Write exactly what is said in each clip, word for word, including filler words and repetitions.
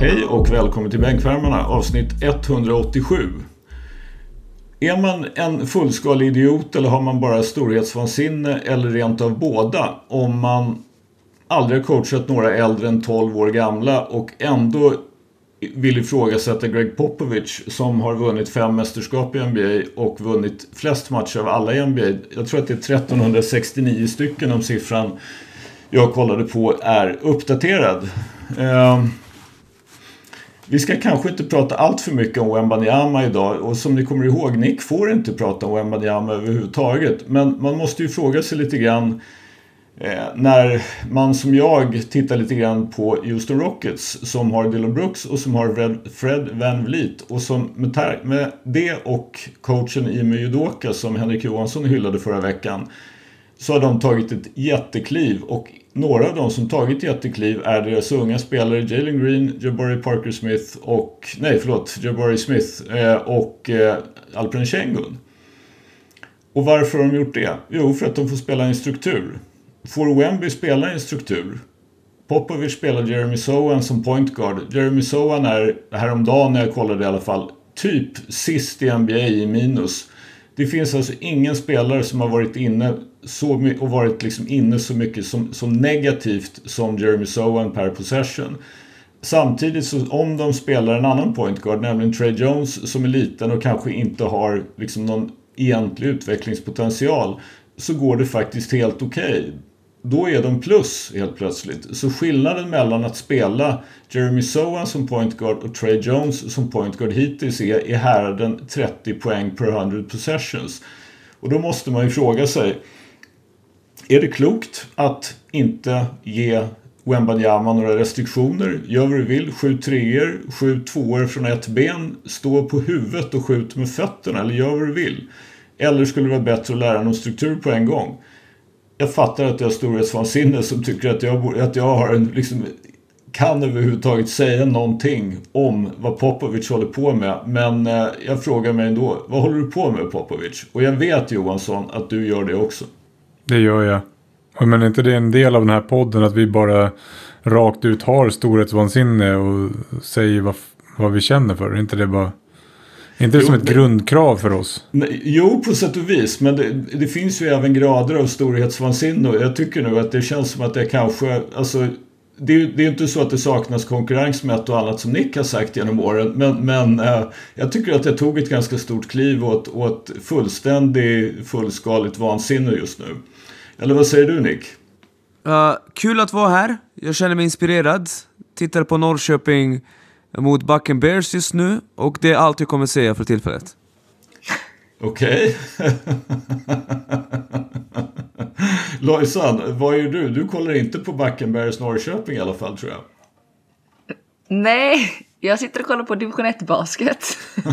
Hej och välkommen till Bänkvärmarna, avsnitt etthundraåttiosju. Är man en fullskalig idiot eller har man bara storhetsvansinne eller rent av båda om man aldrig har coachat några äldre än tolv år gamla och ändå vill ifrågasätta Greg Popovich som har vunnit fem mästerskap i N B A och vunnit flest matcher av alla i N B A. Jag tror att det är tretton sextionio stycken om siffran jag kollade på är uppdaterad. Uh, vi ska kanske inte prata allt för mycket om Wembanyama idag, och som ni kommer ihåg, Nick får inte prata om Wembanyama överhuvudtaget, men man måste ju fråga sig lite grann eh, när man som jag tittar lite grann på Houston Rockets som har Dillon Brooks och som har Fred VanVleet, och som med, tar- med det och coachen Ime Udoka som Henrik Johansson hyllade förra veckan, så har de tagit ett jättekliv, och några av dem som tagit jättekliv är deras unga spelare Jalen Green, Jabari Parker Smith och nej förlåt, Jabari Smith eh, och eh, Alperen Sengun. Och varför har de gjort det? Jo, för att de får spela i en struktur. Får Wemby spela i en struktur? Popovich spelar Jeremy Sohan som point guard. Jeremy Sohan är, häromdagen när jag kollade i alla fall, typ sist i N B A i minus. Det finns alltså ingen spelare som har varit inne så mycket och varit liksom inne så mycket som, som negativt som Jeremy Sohan per possession. Samtidigt så om de spelar en annan point guard, nämligen Trey Jones som är liten och kanske inte har liksom någon egentlig utvecklingspotential, så går det faktiskt helt okej. Okay. Då är de plus helt plötsligt. Så skillnaden mellan att spela Jeremy Sohan som point guard och Trey Jones som point guard hittills är, är här den trettio poäng per hundra possessions. Och då måste man ju fråga sig, är det klokt att inte ge Wembanyama några restriktioner? Gör vad du vill, skjut treor, skjut tvåor från ett ben, stå på huvudet och skjut med fötterna, eller gör vad du vill. Eller skulle det vara bättre att lära någon struktur på en gång? Jag fattar att jag har storhetsvansinne som tycker att jag, att jag har en, liksom, kan överhuvudtaget säga någonting om vad Popovich håller på med. Men eh, jag frågar mig ändå, vad håller du på med Popovich? Och jag vet, Johansson, att du gör det också. Det gör jag. Men är inte det en del av den här podden att vi bara rakt ut har storhetsvansinne och säger vad, vad vi känner för? Är inte det bara... Inte det jo, som ett det, grundkrav för oss? Nej, jo, på sätt och vis. Men det, det finns ju även grader av storhetsvansinne. Och jag tycker nu att det känns som att det kanske... Alltså, det, det är inte så att det saknas konkurrens med ett och annat som Nick har sagt genom åren. Men, men äh, jag tycker att jag tog ett ganska stort kliv åt, åt fullständigt fullskaligt vansinne just nu. Eller vad säger du, Nick? Uh, kul att vara här. Jag känner mig inspirerad. Tittar på Norrköping mot Backen Bears just nu, och det är allt jag kommer säga för tillfället. Okej. Okay. Lojsan, vad gör du? Du kollar inte på Backen Bears Norrköping i alla fall, tror jag. Nej, jag sitter och kollar på division ett-basket.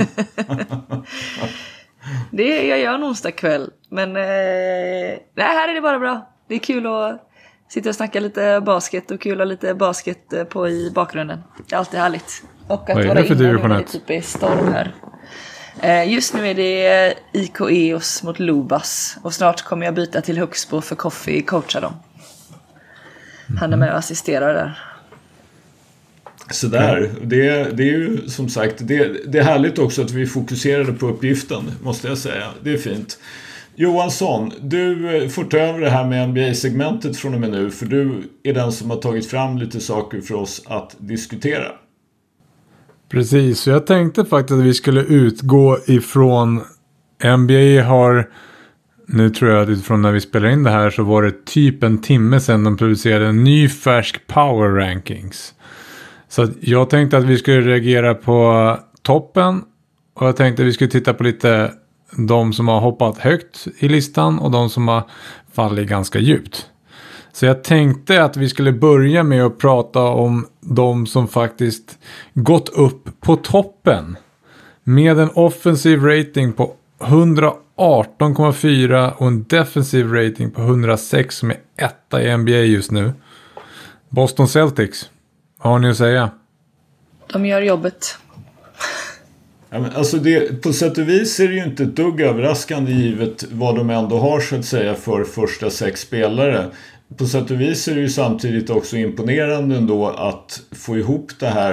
Det jag gör en onsdag kväll. Men eh, nej, här är det bara bra. Det är kul att sitta och snacka lite basket och kul att ha lite basket på i bakgrunden. Det är alltid härligt. Och att vad är vara det för division ett? Typ i storm här. Eh, just nu är det I K E O S mot Lubas. Och snart kommer jag byta till Huxbo för Coffee coacha dem. Han är med och assisterar där. Så där, det, det är ju som sagt, det, det är härligt också att vi fokuserade på uppgiften, måste jag säga. Det är fint. Johansson, du får ta över det här med N B A-segmentet från och med nu, för du är den som har tagit fram lite saker för oss att diskutera. Precis, så jag tänkte faktiskt att vi skulle utgå ifrån N B A har, nu tror jag att utifrån när vi spelar in det här så var det typ en timme sedan de producerade en ny färsk power rankings. Så jag tänkte att vi skulle reagera på toppen, och jag tänkte att vi skulle titta på lite de som har hoppat högt i listan och de som har fallit ganska djupt. Så jag tänkte att vi skulle börja med att prata om de som faktiskt gått upp på toppen med en offensiv rating på hundraarton komma fyra och en defensiv rating på hundrasex som är etta i N B A just nu. Boston Celtics. Vad har ni att säga? De gör jobbet. Ja, men alltså det, på sätt och vis är det ju inte ett dugg överraskande givet vad de ändå har så att säga för första sex spelare. På sätt och vis är det ju samtidigt också imponerande ändå att få ihop det här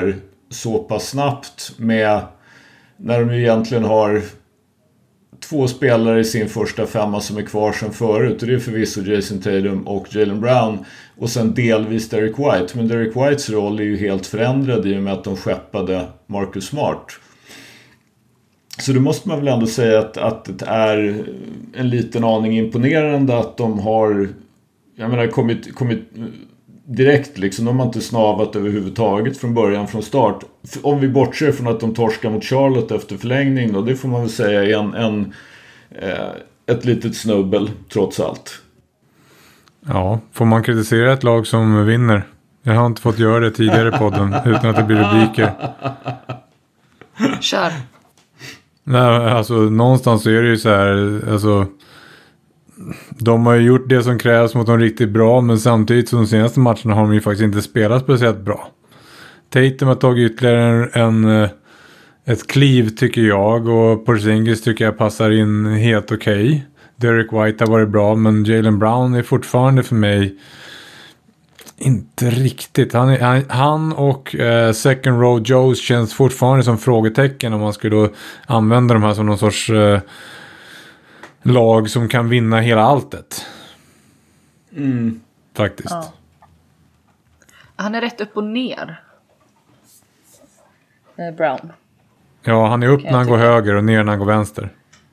så pass snabbt med när de egentligen har två spelare i sin första femma som är kvar sedan förut, och det är förvisso Jason Tatum och Jaylen Brown och sen delvis Derek White, men Derek Whites roll är ju helt förändrad i och med att de skeppade Marcus Smart. Så det måste man väl ändå säga att, att det är en liten aning imponerande att de har, jag menar, kommit, kommit direkt liksom. De har inte snavat överhuvudtaget från början, från start. Om vi bortser från att de torskar mot Charlotte efter förlängning då, det får man väl säga är en, en, eh, ett litet snubbel trots allt. Ja, får man kritisera ett lag som vinner? Jag har inte fått göra det tidigare i podden utan att det blir rubriker. Kör. Nej, alltså någonstans så är det ju så här, alltså de har ju gjort det som krävs mot dem riktigt bra, men samtidigt som de senaste matcherna har de ju faktiskt inte spelat speciellt bra. Tatum har tagit ytterligare en, en ett kliv tycker jag, och Porzingis tycker jag passar in helt okej. Okay. Derek White har varit bra, men Jaylen Brown är fortfarande för mig inte riktigt. Han, är, han, han och eh, second row Joes känns fortfarande som frågetecken om man skulle då använda de här som någon sorts eh, lag som kan vinna hela alltet. Mm. Faktiskt. Ja. Han är rätt upp och ner. Eh, Brown. Ja, han är upp när han går höger och ner när han går vänster.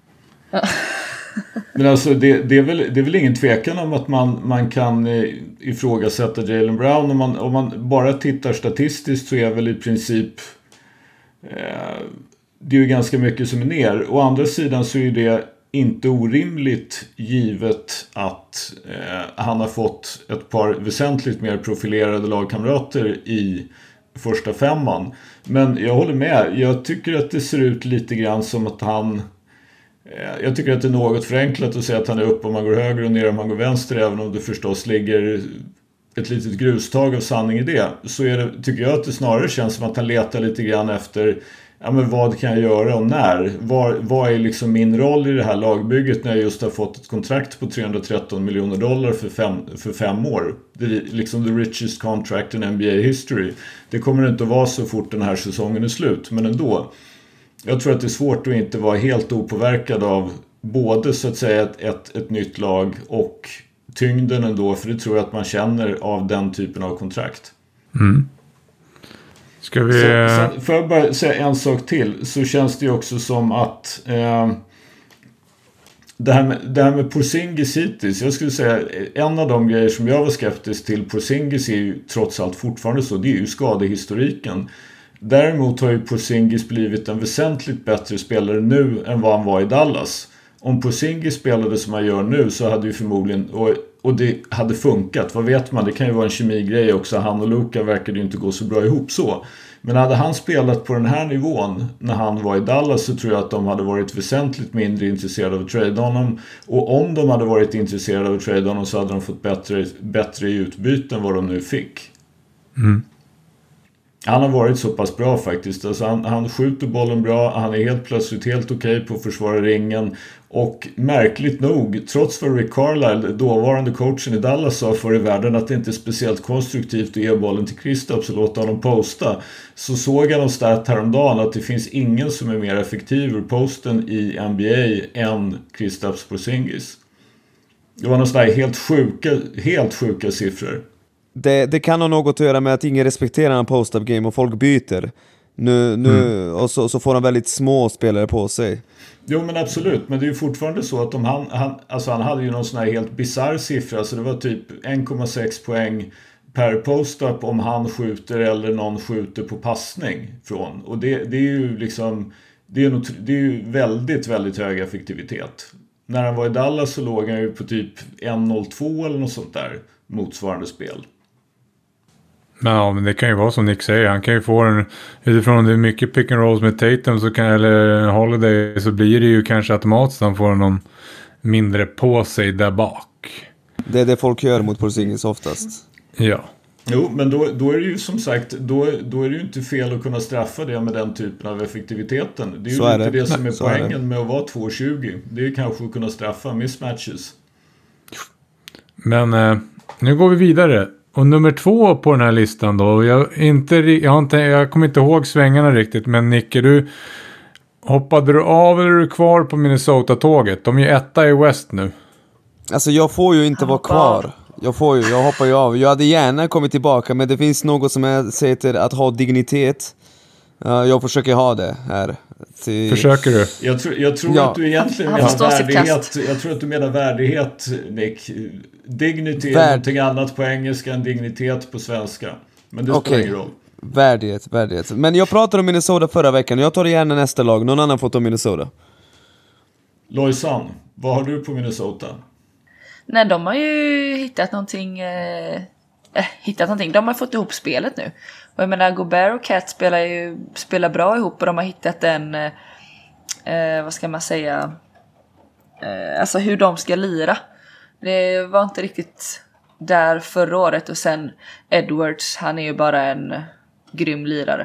Men alltså det, det, är väl, det är väl ingen tvekan om att man, man kan ifrågasätta Jaylen Brown. Om man, om man bara tittar statistiskt så är väl i princip eh, det är ju ganska mycket som är ner. Å andra sidan så är det inte orimligt givet att eh, han har fått ett par väsentligt mer profilerade lagkamrater i första femman. Men jag håller med. Jag tycker att det ser ut lite grann som att han... Jag tycker att det är något förenklat att säga att han är upp om man går höger och ner om man går vänster, även om det förstås ligger ett litet grustag av sanning i det. Så är det, tycker jag att det snarare känns som att han letar lite grann efter, ja men vad kan jag göra och när? Var, vad är liksom min roll i det här lagbygget när jag just har fått ett kontrakt på trehundratretton miljoner dollar för fem, för fem år? Det är liksom the richest contract in N B A history. Det kommer inte att vara så fort den här säsongen är slut, men ändå. Jag tror att det är svårt att inte vara helt opåverkad av både så att säga ett, ett, ett nytt lag och tyngden ändå, för det tror jag att man känner av den typen av kontrakt. Mm. Ska vi... Så, sen, för jag bara säga en sak till, så känns det ju också som att eh, det, här med, det här med Porzingis hittills, jag skulle säga en av de grejer som jag var skeptisk till Porzingis är ju trots allt fortfarande så, det är ju skadehistoriken. Däremot har ju Porzingis blivit en väsentligt bättre spelare nu än vad han var i Dallas. Om Porzingis spelade som han gör nu så hade ju förmodligen, och, och det hade funkat, vad vet man, det kan ju vara en kemigrej också, han och Luka verkade ju inte gå så bra ihop så. Men hade han spelat på den här nivån när han var i Dallas så tror jag att de hade varit väsentligt mindre intresserade av att trade honom. Och om de hade varit intresserade av att trade honom så hade de fått bättre, bättre i utbyte än vad de nu fick. Mm. Han har varit så pass bra faktiskt. Alltså han, han skjuter bollen bra. Han är helt plötsligt helt okej på att försvara ringen. Och märkligt nog, trots vad Rick Carlisle, dåvarande coachen i Dallas, sa för i världen att det inte är speciellt konstruktivt att ge bollen till Kristaps och låta honom posta, så såg han och stat häromdagen att det finns ingen som är mer effektiv ur posten i N B A än Kristaps Porzingis. Det var någon sån där helt sjuka, helt sjuka siffror. Det, det kan ha något att göra med att ingen respekterar en post-up game och folk byter. Nu, nu, mm. Och så, så får han väldigt små spelare på sig. Jo men absolut, men det är ju fortfarande så att om han, han, alltså han hade ju någon sån här helt bizarr siffra, så det var typ en komma sex poäng per post-up om han skjuter eller någon skjuter på passning från. Och det, det är ju liksom, det är, nog, det är ju väldigt, väldigt hög effektivitet. När han var i Dallas så låg han ju på typ en noll två eller något sånt där motsvarande spel. Ja, men det kan ju vara som Nick säger. Han kan ju få en, utifrån om det är mycket pick and rolls med Tatum så kan, eller Holiday, så blir det ju kanske automatiskt att han får någon mindre på sig där bak. Det är det folk gör mot Porzingis oftast. Ja. Jo, men då, då är det ju som sagt, då, då är det ju inte fel att kunna straffa det med den typen av effektiviteten. Det är ju så inte är det. det som Nej, är poängen är med att vara två tjugo. Det är kanske att kunna straffa mismatches. Men eh, nu går vi vidare. och nummer två på den här listan då. Jag, inte, jag, har inte, jag kommer inte ihåg svängarna riktigt. Men Nick, är du, hoppade du av eller är du kvar på Minnesota-tåget? De är ju etta i West nu. Alltså jag får ju inte vara kvar. Jag får ju, jag hoppar ju av. Jag hade gärna kommit tillbaka, men det finns något som jag säger till att ha dignitet. Uh, jag försöker ha det här. Till... Försöker du? Jag, tr- jag tror ja. att du egentligen Han menar värdighet. Jag tror att du menar värdighet, Nick. Dignity är Värd... någonting annat på engelska än dignitet på svenska. Men det spelar okay. ingen roll. Värdighet, värdighet. Men jag pratade om Minnesota förra veckan. Jag tar gärna nästa lag. Någon annan får ta Minnesota. Lojsan, vad har du på Minnesota? Nej, de har ju hittat någonting... Eh, äh, hittat någonting. De har fått ihop spelet nu. Och jag menar, Gobert och Cat spelar ju spelar bra ihop. Och de har hittat en... Eh, vad ska man säga? Eh, alltså hur de ska lira. Det var inte riktigt där förra året. Och sen Edwards, han är ju bara en grym lirare.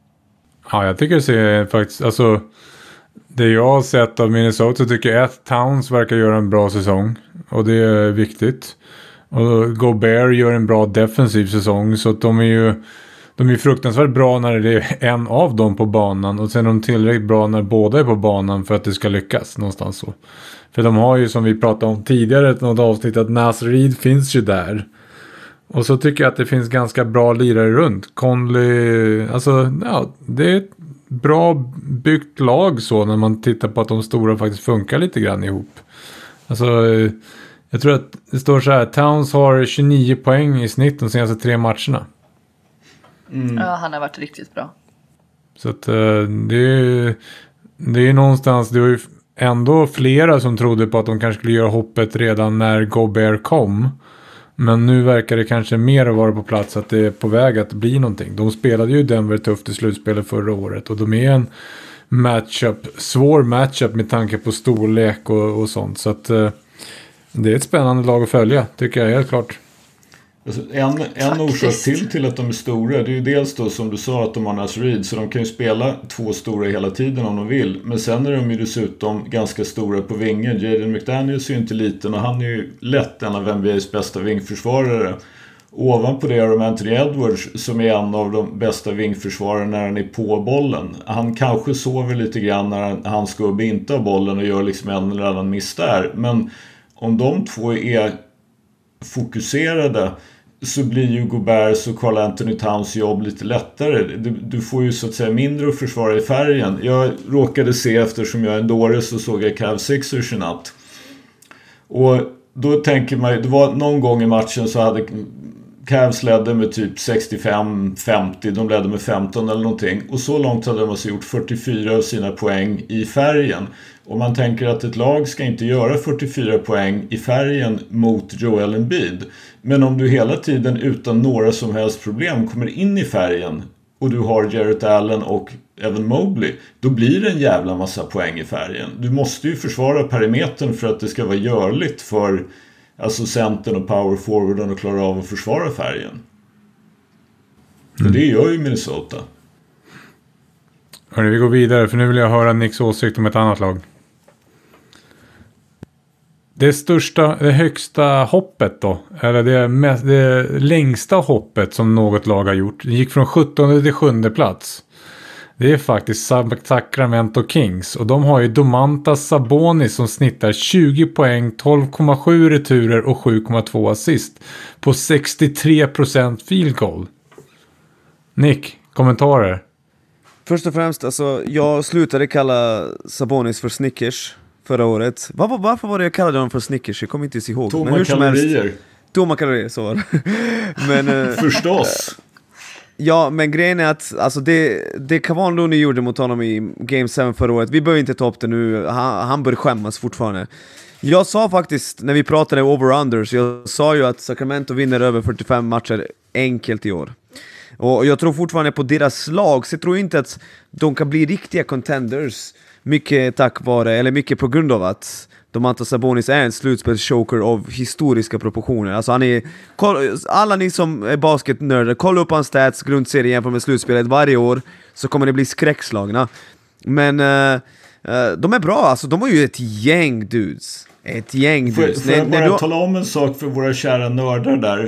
Ja, jag tycker det ser faktiskt... Alltså, det jag har sett av Minnesota tycker jag att Towns verkar göra en bra säsong. Och det är viktigt. Och Gobert gör en bra defensiv säsong. Så att de är ju de är fruktansvärt bra när det är en av dem på banan. Och sen är de tillräckligt bra när båda är på banan för att det ska lyckas någonstans så. För de har ju, som vi pratade om tidigare i något avsnitt, att Naz Reid finns ju där. Och så tycker jag att det finns ganska bra lirare runt. Conley, alltså ja, det är ett bra byggt lag så när man tittar på att de stora faktiskt funkar lite grann ihop. Alltså, jag tror att det står så här, Towns har tjugonio poäng i snitt de senaste tre matcherna. Mm. Ja, han har varit riktigt bra. Så att det är, det är någonstans, det var ju ändå flera som trodde på att de kanske skulle göra hoppet redan när Gobert kom. Men nu verkar det kanske mer vara på plats att det är på väg att bli någonting. De spelade ju Denver tufft i slutspelet förra året. Och de är en matchup, svår matchup med tanke på storlek och, och sånt. Så att eh, det är ett spännande lag att följa, tycker jag helt klart. Alltså, en en orsak till till att de är stora, det är ju dels då som du sa att de har Naz Reid, så de kan ju spela två stora hela tiden om de vill. Men sen är de ju dessutom ganska stora på vingen. Jaden McDaniels är ju inte liten och han är ju lätt en av N B A:s bästa vingförsvarare. Ovanpå det har de Anthony Edwards som är en av de bästa vingförsvararna när han är på bollen. Han kanske sover lite grann när hans gubbe inte har bollen och gör liksom en eller annan miss där. Men om de två är fokuserade så blir ju Goberts och Carl Anthony Towns jobb lite lättare. Du får ju så att säga mindre att försvara i färgen. Jag råkade se, eftersom jag är en dåre, så såg jag Cavs Sixers i natt. Och då tänker man, det var någon gång i matchen så hade Cavs ledde med typ sextiofem femtio, de ledde med femton eller någonting. Och så långt hade de alltså gjort fyrtiofyra av sina poäng i färgen. Och man tänker att ett lag ska inte göra fyrtiofyra poäng i färgen mot Joel Embiid. Men om du hela tiden utan några som helst problem kommer in i färgen och du har Jarrett Allen och även Mobley, då blir det en jävla massa poäng i färgen. Du måste ju försvara perimetern för att det ska vara görligt för alltså centern och power forwarden att klara av att försvara färgen. Mm. Och det gör ju Minnesota. Hörrni, vi går vidare för nu vill jag höra Nicks åsikt om ett annat lag. Det största, det högsta hoppet då, eller det, mest, det längsta hoppet som något lag har gjort, det gick från sjuttonde till sjunde plats. Det är faktiskt Sacramento Kings, och de har ju Domantas Sabonis som snittar tjugo poäng, tolv komma sju returer och sju komma två assist på sextiotre procent field goal. Nick, kommentarer? Först och främst, alltså, jag slutade kalla Sabonis för Snickers förra året. Var, varför var det jag kallade dem för Snickers? Jag kommer inte ens ihåg. Tomma Men hur kalorier. Helst, tomma kalorier, så var det. Men, eh, förstås. Ja, men grejen är att alltså det, det Kevon Looney gjorde mot honom i Game sju förra året, vi behöver inte ta upp det nu, han, han bör skämmas fortfarande. Jag sa faktiskt, när vi pratade over-unders, jag sa ju att Sacramento vinner över fyrtiofem matcher enkelt i år. Och jag tror fortfarande på deras lag, så jag tror inte att de kan bli riktiga contenders mycket tack vare, eller mycket på grund av att Domantas Sabonis är en slutspelschoker av historiska proportioner. Alltså han är, alla ni som är basketnördar, kolla upp hans stats, grundserie jämfört med slutspelet varje år, så kommer det bli skräckslagna. Men uh, uh, de är bra, alltså de har ju ett gäng dudes. Ett gäng dudes. Får jag bara tala om en sak för våra kära nördar där.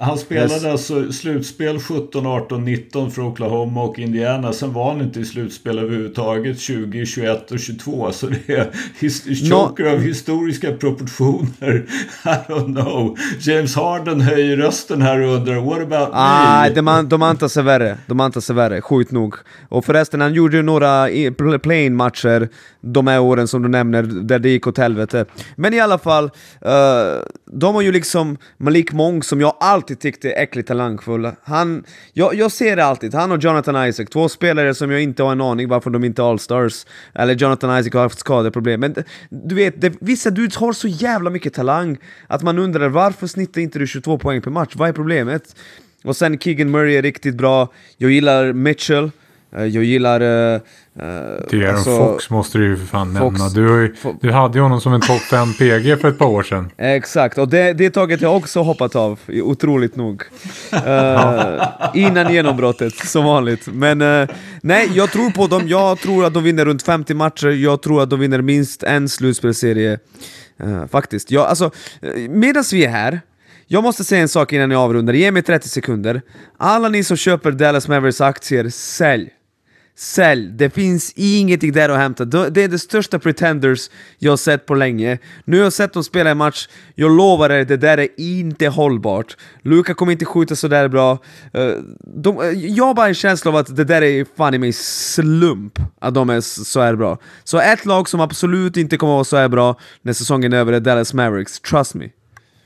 Han spelade Yes. alltså slutspel sjutton, arton, nitton för Oklahoma och Indiana. Sen var han inte i slutspel överhuvudtaget tjugo, tjugoett och tjugotvå. Så det är his- choker av historiska proportioner. I don't know. James Harden höjer rösten här och undrar, what about Ah, me? de, an, de antar sig värre, de antar sig värre, sjukt nog. Och förresten, han gjorde ju några i- pl- play-in-matcher de här åren som du nämner, där det gick åt helvete. Men i alla fall, uh, de har ju liksom Malik Monk som jag alltid tyckte är äckligt talangfull. Han, jag, jag ser det alltid, han och Jonathan Isaac, två spelare som jag inte har en aning varför de inte är All-Stars. Eller Jonathan Isaac har haft skadeproblem. Men du vet, det, vissa dudes har så jävla mycket talang att man undrar varför snittar inte du tjugotvå poäng per match? Vad är problemet? Och sen Keegan Murray är riktigt bra. Jag gillar Mitchell. Uh, jag gillar... Uh, uh, De'Aaron alltså, Fox måste du ju för fan Fox. nämna. Du, har ju, Fo- du hade ju honom som en topp fem P G för ett par år sedan. Exakt, och det, det taget har jag också hoppat av, otroligt nog. Uh, innan genombrottet, som vanligt. Men uh, nej, jag tror på dem. Jag tror att de vinner runt femtio matcher. Jag tror att de vinner minst en slutspelserie. Uh, faktiskt. Jag, alltså, medan vi är här, jag måste säga en sak innan jag avrundar. Ge mig trettio sekunder. Alla ni som köper Dallas Mavericks aktier, sälj. Sälj, det finns ingenting där att hämta. Det är det största pretenders jag har sett på länge. Nu har jag sett dem spela en match. Jag lovar er, det där är inte hållbart. Luka kommer inte skjuta så där bra. de, Jag har bara en känsla av att det där är fan i mig slump att de är så här bra. Så ett lag som absolut inte kommer att vara så här bra när säsongen är över är Dallas Mavericks. Trust me.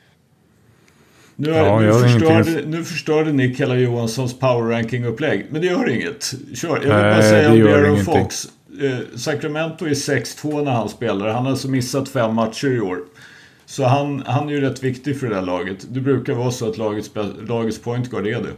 Nu, Ja, nu, jag har förstörde, ingenting- nu förstörde Nick hela Johanssons power ranking-upplägg. Men det gör inget. Kör. Jag vill Nej, bara säga det om gör De'Aaron ingenting. Fox. Eh, Sacramento är sex två när han spelar. Han har alltså missat fem matcher i år. Så han, han är ju rätt viktig för det här laget. Det brukar vara så att lagets, lagets point guard är det.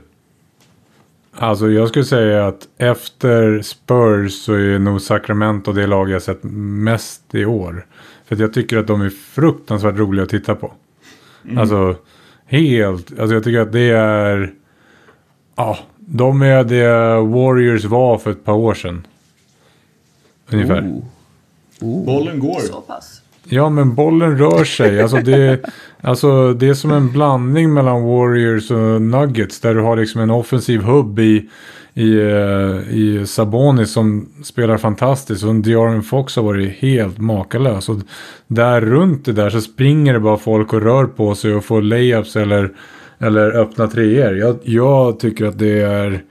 Alltså jag skulle säga att efter Spurs så är nog Sacramento det lag jag sett mest i år. För att jag tycker att de är fruktansvärt roliga att titta på. Mm. Alltså helt, alltså jag tycker att det är, ja, de är det Warriors var för ett par år sedan. Ungefär. Ooh. Ooh. Bollen går. Så pass. Ja, men bollen rör sig. Alltså det, alltså det är som en blandning mellan Warriors och Nuggets. Där du har liksom en offensiv hubb i, i, eh, i Sabonis som spelar fantastiskt. Och De'Aaron Fox har varit helt makalös. Och där runt det där så springer det bara folk och rör på sig och får layups eller, eller öppna treor. Jag, jag tycker att det är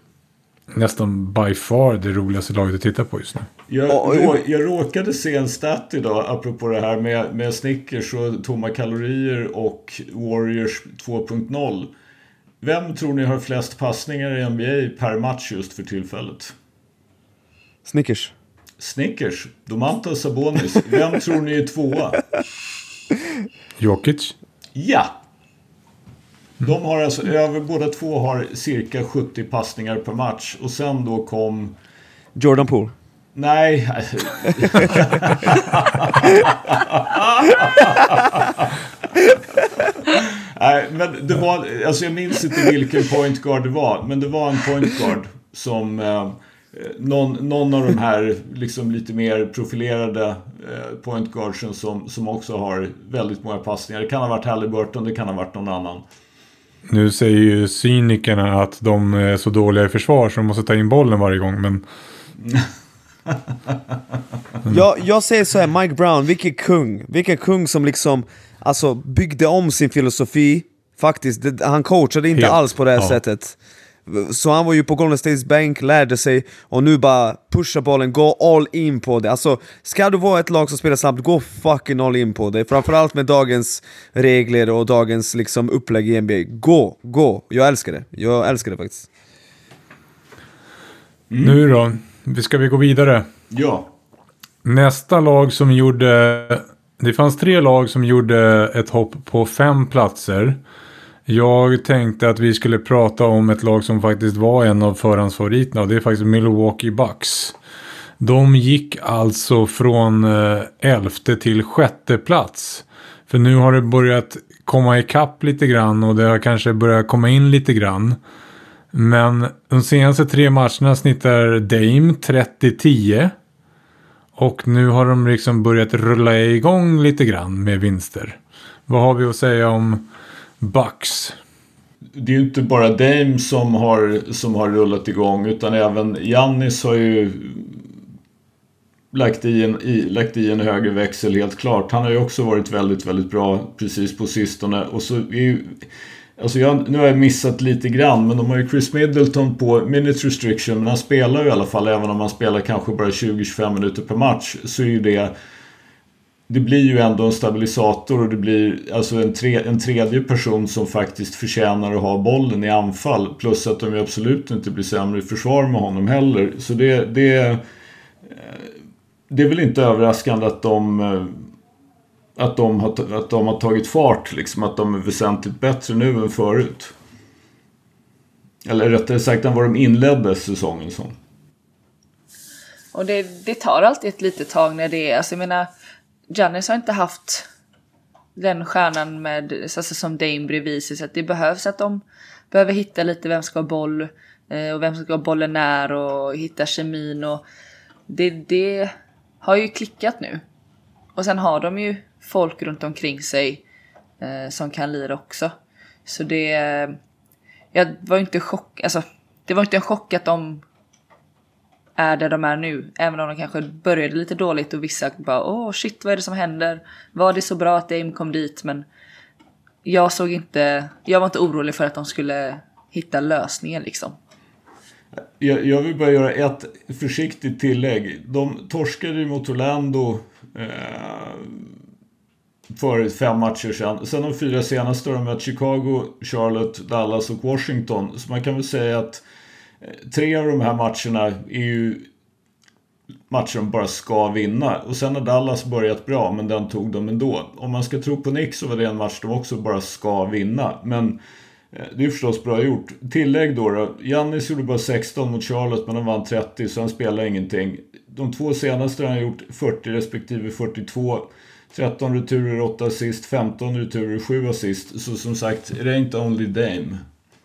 nästan by far det roligaste laget att titta på just nu. Jag, Ja, rå, jag råkade se en stat idag apropå det här med, med Snickers och tomma kalorier och Warriors två punkt noll. Vem tror ni har flest passningar i N B A per match just för tillfället? Snickers. Snickers, Domantas Sabonis. Vem tror ni är tvåa? Jokic? Ja! De har alltså över, båda två har cirka sjuttio passningar per match. Och sen då kom... Jordan Poole. Nej. Nej, men det var, alltså jag minns inte vilken point guard det var, men det var en point guard som eh, någon, någon av de här liksom lite mer profilerade eh, point guardsen som, som också har väldigt många passningar. Det kan ha varit Halliburton, det kan ha varit någon annan. Nu säger ju cynikerna att de är så dåliga i försvar så de måste ta in bollen varje gång, men Jag, jag säger så här, Mike Brown, vilken kung. Vilken kung som liksom alltså, byggde om sin filosofi. Faktiskt, det, han coachade inte Helt, alls på det här ja. sättet. Så han var ju på Golden States bänk, lärde sig och nu bara pusha bollen, gå all in på det. Alltså, ska du vara ett lag som spelar snabbt, gå fucking all in på det. Framförallt med dagens regler och dagens liksom upplägg i N B A. Gå, gå. Jag älskar det. Jag älskar det faktiskt. nu då, vi ska vi gå vidare. Ja. Nästa lag som gjorde, det fanns tre lag som gjorde ett hopp på fem platser. Jag tänkte att vi skulle prata om ett lag som faktiskt var en av förhandsfavoriterna, och det är faktiskt Milwaukee Bucks. De gick alltså från elfte till sjätte plats. För nu har det börjat komma ikapp lite grann och det har kanske börjat komma in lite grann. Men de senaste tre matcherna snittar Dame trettio tio. Och nu har de liksom börjat rulla igång lite grann med vinster. Vad har vi att säga om Bucks? det är ju inte bara Dame som har, som har rullat igång, utan även Giannis har ju lagt i, en, i, lagt i en högre växel helt klart. Han har ju också varit väldigt, väldigt bra precis på sistone. Och så är ju, alltså jag, nu har jag missat lite grann, men de har ju Chris Middleton på minute restriction, men han spelar ju i alla fall, även om han spelar kanske bara tjugo till tjugofem minuter per match, så är ju det det blir ju ändå en stabilisator, och det blir alltså en, tre, en tredje person som faktiskt förtjänar att ha bollen i anfall, plus att de ju absolut inte blir sämre i försvar med honom heller. Så det, det, det är väl inte överraskande att de att de har, att de har tagit fart, liksom, att de är väsentligt bättre nu än förut. Eller rättare sagt än vad de inledde säsongen som. Och det, det tar alltid ett litet tag när det är, alltså jag menar, Giannis har inte haft den stjärnan med, alltså, som Dame bredvid sig, så att det behövs att de behöver hitta lite vem ska ha boll eh, och vem ska ha bollen när, och hitta kemin, och det, det har ju klickat nu. Och sen har de ju folk runt omkring sig eh, som kan lira också. Så det jag var inte chock, alltså det var inte en chock att de är där de är nu, även om de kanske började lite dåligt och vissa bara åh shit, vad är det som händer? Var det så bra att Dame kom dit? Men jag såg inte, jag var inte orolig för att de skulle hitta lösningen liksom. Jag, jag vill bara göra ett försiktigt tillägg. De torskade mot Orlando eh, för fem matcher sedan. Sen de fyra senaste har de mött Chicago, Charlotte, Dallas och Washington. Så man kan väl säga att tre av de här matcherna är ju matcher de bara ska vinna. Och sen har Dallas börjat bra, men den tog de ändå. Om man ska tro på Knicks så var det en match de också bara ska vinna. Men det är förstås bra gjort. Tillägg då då. Giannis gjorde bara sexton mot Charlotte, men de vann trettio, så han spelar ingenting. De två senaste har han gjort fyrtio respektive fyrtiotvå. tretton returer, åtta assist, femton returer, sju assist. Så som sagt, det är inte only Dame.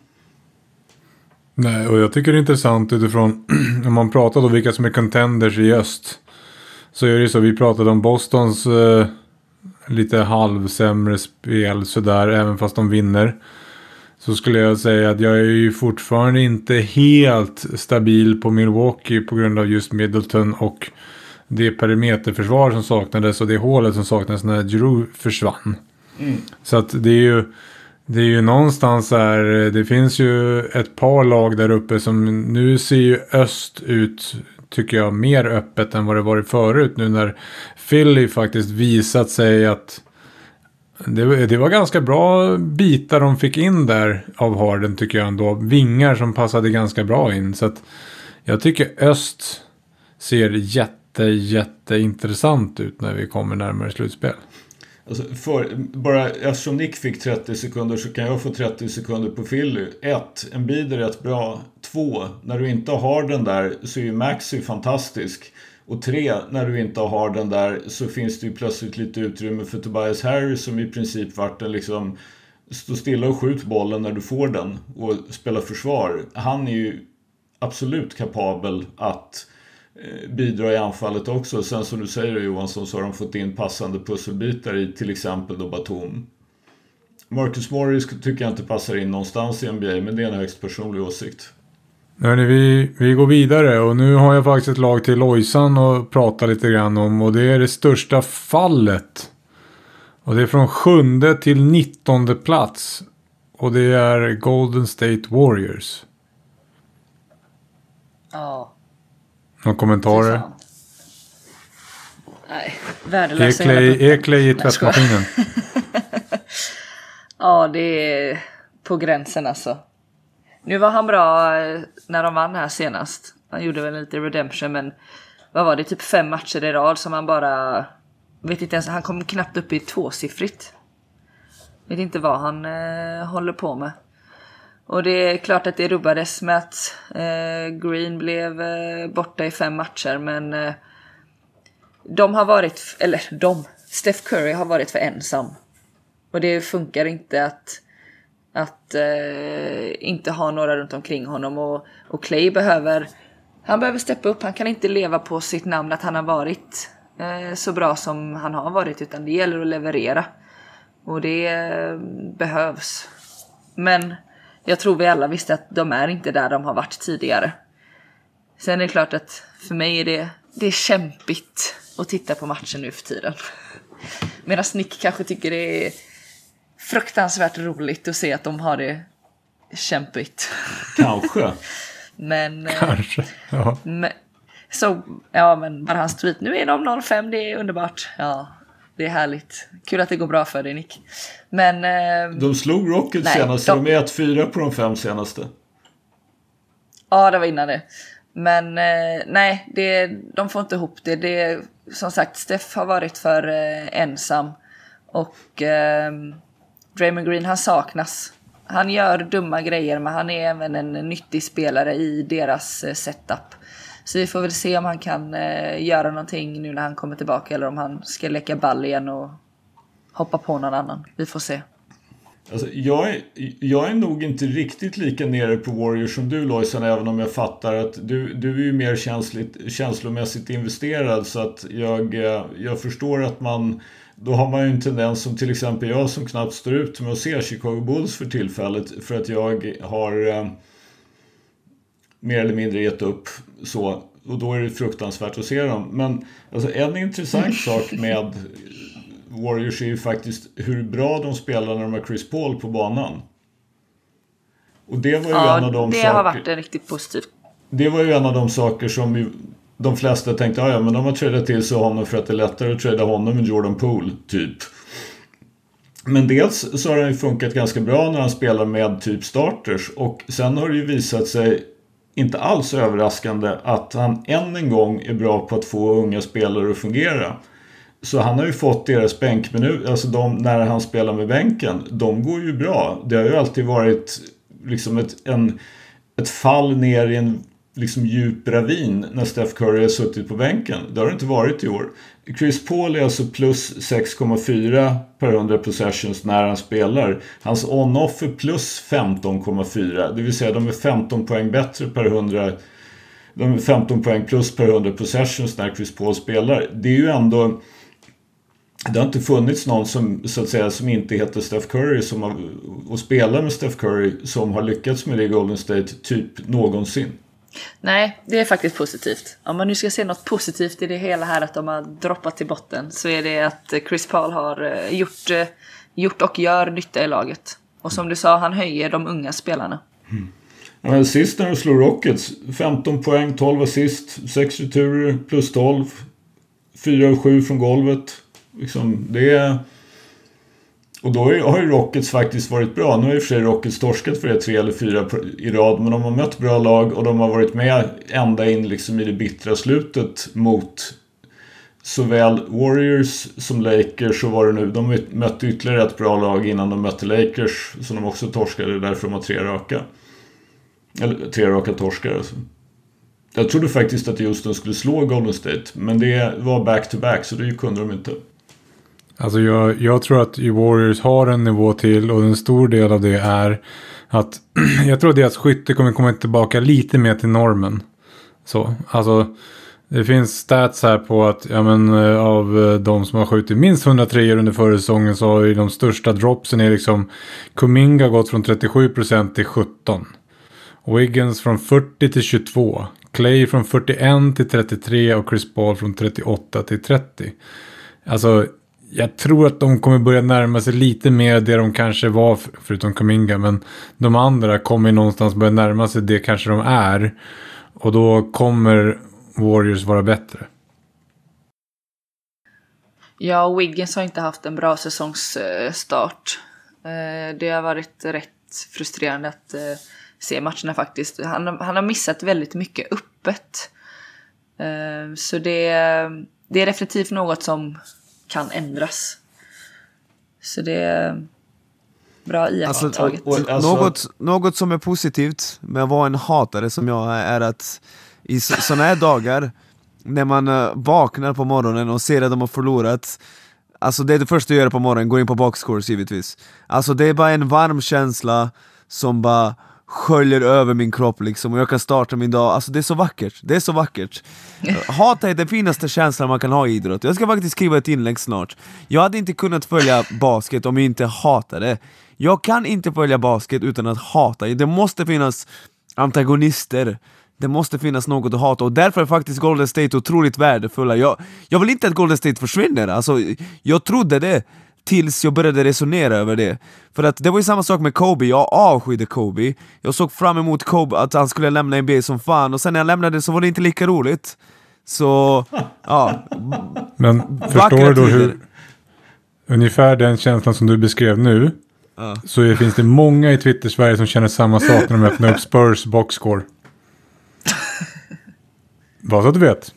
Nej, och jag tycker det är intressant utifrån om man pratar om vilka som är contenders i öst. Så är det så, vi pratade om Bostons eh, lite halvsämre spel sådär, även fast de vinner. Så skulle jag säga att jag är ju fortfarande inte helt stabil på Milwaukee på grund av just Middleton och det perimeterförsvar som saknades och det hålet som saknades när Drew försvann. Mm. Så att det är ju det är ju någonstans här, det finns ju ett par lag där uppe som nu ser ju öst ut, tycker jag, mer öppet än vad det varit förut, nu när Philly faktiskt visat sig att det, det var ganska bra bitar de fick in där av Harden, tycker jag ändå. Vingar som passade ganska bra in. Så att jag tycker öst ser jätte, jätte intressant ut när vi kommer närmare slutspel. Alltså för, bara eftersom Nick fick trettio sekunder så kan jag få trettio sekunder på Philly. Ett, en bid är rätt bra. Två, när du inte har den där så är ju Maxi fantastisk. Och tre, när du inte har den där så finns det ju plötsligt lite utrymme för Tobias Harris, som i princip vart en liksom stå stilla och skjut bollen när du får den och spela försvar. Han är ju absolut kapabel att eh, bidra i anfallet också. Sen som du säger, Johansson, så har de fått in passande pusselbitar i till exempel då Batum. Marcus Morris tycker jag inte passar in någonstans i N B A, men det är en högst personlig åsikt. Hörrni, vi, vi går vidare och nu har jag faktiskt ett lag till Lojsan att prata lite grann om, och det är det största fallet. Och det är från sjunde till nittonde plats. Och det är Golden State Warriors. Ja. Några kommentarer? Nej, värdelösa. Är Clay i tvättmaskinen? Ja, det är på gränsen alltså. Nu var han bra när de vann här senast. Han gjorde väl lite redemption, men vad var det? Typ fem matcher i rad som han bara... Vet inte ens, han kom knappt upp i tvåsiffrigt. Vet inte vad han eh, håller på med. Och det är klart att det rubbades med att eh, Green blev eh, borta i fem matcher, men eh, de har varit... Eller de... Steph Curry har varit för ensam. Och det funkar inte att... Att eh, inte ha några runt omkring honom. Och, och Clay behöver... Han behöver steppa upp. Han kan inte leva på sitt namn att han har varit eh, så bra som han har varit. Utan det gäller att leverera. Och det eh, behövs. Men jag tror vi alla visste att de är inte där de har varit tidigare. Sen är det klart att för mig är det, det är kämpigt att titta på matchen nu för tiden. Medan Nick kanske tycker det är fruktansvärt roligt att se att de har det kämpigt. Kanske. men, Kanske, ja. Men, så, ja men bara hans tweet, nu är de noll fem, det är underbart. Ja, det är härligt. Kul att det går bra för dig, Nick. Men... Eh, de slog Rockets nej, senaste, de, de är ett fyra på de fem senaste. Ja, det var innan det. Men eh, nej, det, de får inte ihop det. det. Som sagt, Steph har varit för eh, ensam. Och eh, Draymond Green, han saknas. Han gör dumma grejer, men han är även en nyttig spelare i deras eh, setup. Så vi får väl se om han kan eh, göra någonting nu när han kommer tillbaka. Eller om han ska leka ball igen och hoppa på någon annan. Vi får se. Alltså, jag, är, jag är nog inte riktigt lika nere på Warriors som du, Lojsan, även om jag fattar att du, du är ju mer känsligt, känslomässigt investerad, så att jag, jag förstår att man, då har man ju en tendens som till exempel jag som knappt står ut med att se Chicago Bulls för tillfället, för att jag har eh, mer eller mindre gett upp så, och då är det fruktansvärt att se dem. Men alltså, en intressant sak med Warriors är ju faktiskt hur bra de spelar när de har Chris Paul på banan. Och det var ju ja, en av de det saker, har varit en riktigt positivt. Det var ju en av de saker som ju, de flesta tänkte, ja men de har tradat till sig honom för att det är lättare att trada honom än Jordan Poole, typ. Men dels så har han ju funkat ganska bra när han spelar med typ starters, och sen har det ju visat sig, inte alls överraskande, att han än en gång är bra på att få unga spelare att fungera. Så han har ju fått deras bänkminut, alltså de, när han spelar med bänken, de går ju bra. Det har ju alltid varit liksom ett, en, ett fall ner i en liksom djup ravin när Steph Curry har suttit på bänken. Det har det inte varit i år. Chris Paul är alltså plus sex komma fyra per hundra possessions när han spelar. Hans on-off är plus femton komma fyra. Det vill säga de är femton poäng bättre per hundra. De är femton poäng plus per hundra possessions när Chris Paul spelar. Det är ju ändå... Det har inte funnits någon som, så att säga, som inte heter Steph Curry som har, och spelar med Steph Curry som har lyckats med det i Golden State typ någonsin. Nej, det är faktiskt positivt. Om man nu ska se något positivt i det hela här att de har droppat till botten, så är det att Chris Paul har gjort, gjort och gör nytta i laget. Och som du sa, han höjer de unga spelarna. Mm. Ja, men sist när de slog Rockets, femton poäng, tolv assist, sex returer, plus tolv, fyra och sju från golvet. Liksom, det är... Och då har ju Rockets faktiskt varit bra. Nu har ju för sig Rockets torskat för det tre eller fyra i rad, men de har mött bra lag och de har varit med ända in liksom i det bittra slutet mot såväl Warriors som Lakers. Så var det nu. De mötte ytterligare ett bra lag innan de mötte Lakers, som de också torskade, därför de har tre raka. Eller tre raka torskar alltså. Jag trodde faktiskt att Houston skulle slå Golden State, men det var back-to-back, så det kunde de inte. Alltså jag, jag tror att Warriors har en nivå till, och en stor del av det är att jag tror att deras skytte kommer komma tillbaka lite mer till normen. Så, alltså det finns stats här på att ja, men, av de som har skjutit minst hundratre under förra säsongen, så har ju de största dropsen är liksom Kuminga gått från trettiosju procent till sjutton. Wiggins från fyrtio till tjugotvå. Clay från fyrtioett till trettiotre och Chris Paul från trettioåtta till trettio. Alltså, jag tror att de kommer börja närma sig lite mer det de kanske var, förutom Kuminga, men de andra kommer någonstans börja närma sig det kanske de är, och då kommer Warriors vara bättre. Ja, Wiggins har inte haft en bra säsongsstart. Det har varit rätt frustrerande att se matcherna faktiskt. Han, han har missat väldigt mycket öppet. Så det, det är definitivt något som kan ändras. Så det är bra iakttaget. Alltså, alltså, något, något som är positivt med att vara en hatare som jag är att i sådana här dagar när man vaknar på morgonen och ser att de har förlorat, alltså det är det första jag gör på morgonen, går in på boxscores givetvis. Alltså det är bara en varm känsla som bara sköljer över min kropp liksom, och jag kan starta min dag. Alltså det är så vackert, det är så vackert. Hat är den finaste känslan man kan ha i idrott. Jag ska faktiskt skriva ett inlägg snart. Jag hade inte kunnat följa basket om jag inte hatade. Jag kan inte följa basket utan att hata. Det måste finnas antagonister. Det måste finnas något att hata. Och därför är faktiskt Golden State otroligt värdefulla. Jag, jag vill inte att Golden State försvinner. Alltså, jag trodde det tills jag började resonera över det. För att det var ju samma sak med Kobe. Jag avskydde Kobe. Jag såg fram emot Kobe att han skulle lämna N B A som fan. Och sen när jag lämnade så var det inte lika roligt. Så, ja. Men förstår du då hur ungefär den känslan som du beskrev nu, ja. Så finns det många i Twitter-Sverige som känner samma sak när de öppnar upp Spurs boxscore. Vad så att du vet.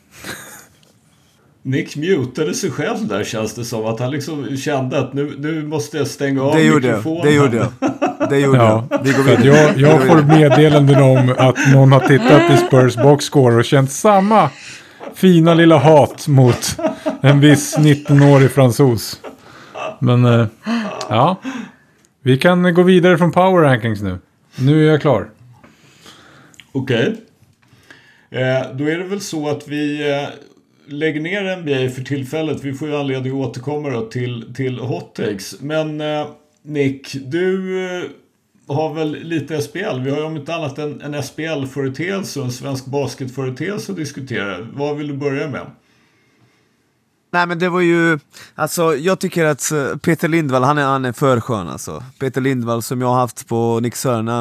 Nick mutade sig själv där, känns det som. Att han liksom kände att nu, nu måste jag stänga av det mikrofonen. Det gjorde jag. Det gjorde ja, jag. Vi går vidare. Jag, jag får meddelanden om att någon har tittat i Spurs boxscore och känt samma fina lilla hat mot en viss nittonårig fransos. Men äh, ja, vi kan gå vidare från Power Rankings nu. Nu är jag klar. Okej. Okay. Eh, då är det väl så att vi eh, lägger ner N B A för tillfället. Vi får ju anledning att återkomma då till, till hot takes. Men eh, Nick, du eh, har väl lite S P L. Vi har ju om inte annat en, en S P L-företeelse och en svensk basketföreteelse att diskutera. Vad vill du börja med? Nej, men det var ju, alltså jag tycker att Peter Lindvall, han är, han är för skön alltså. Peter Lindvall som jag har haft på Nick Sörna,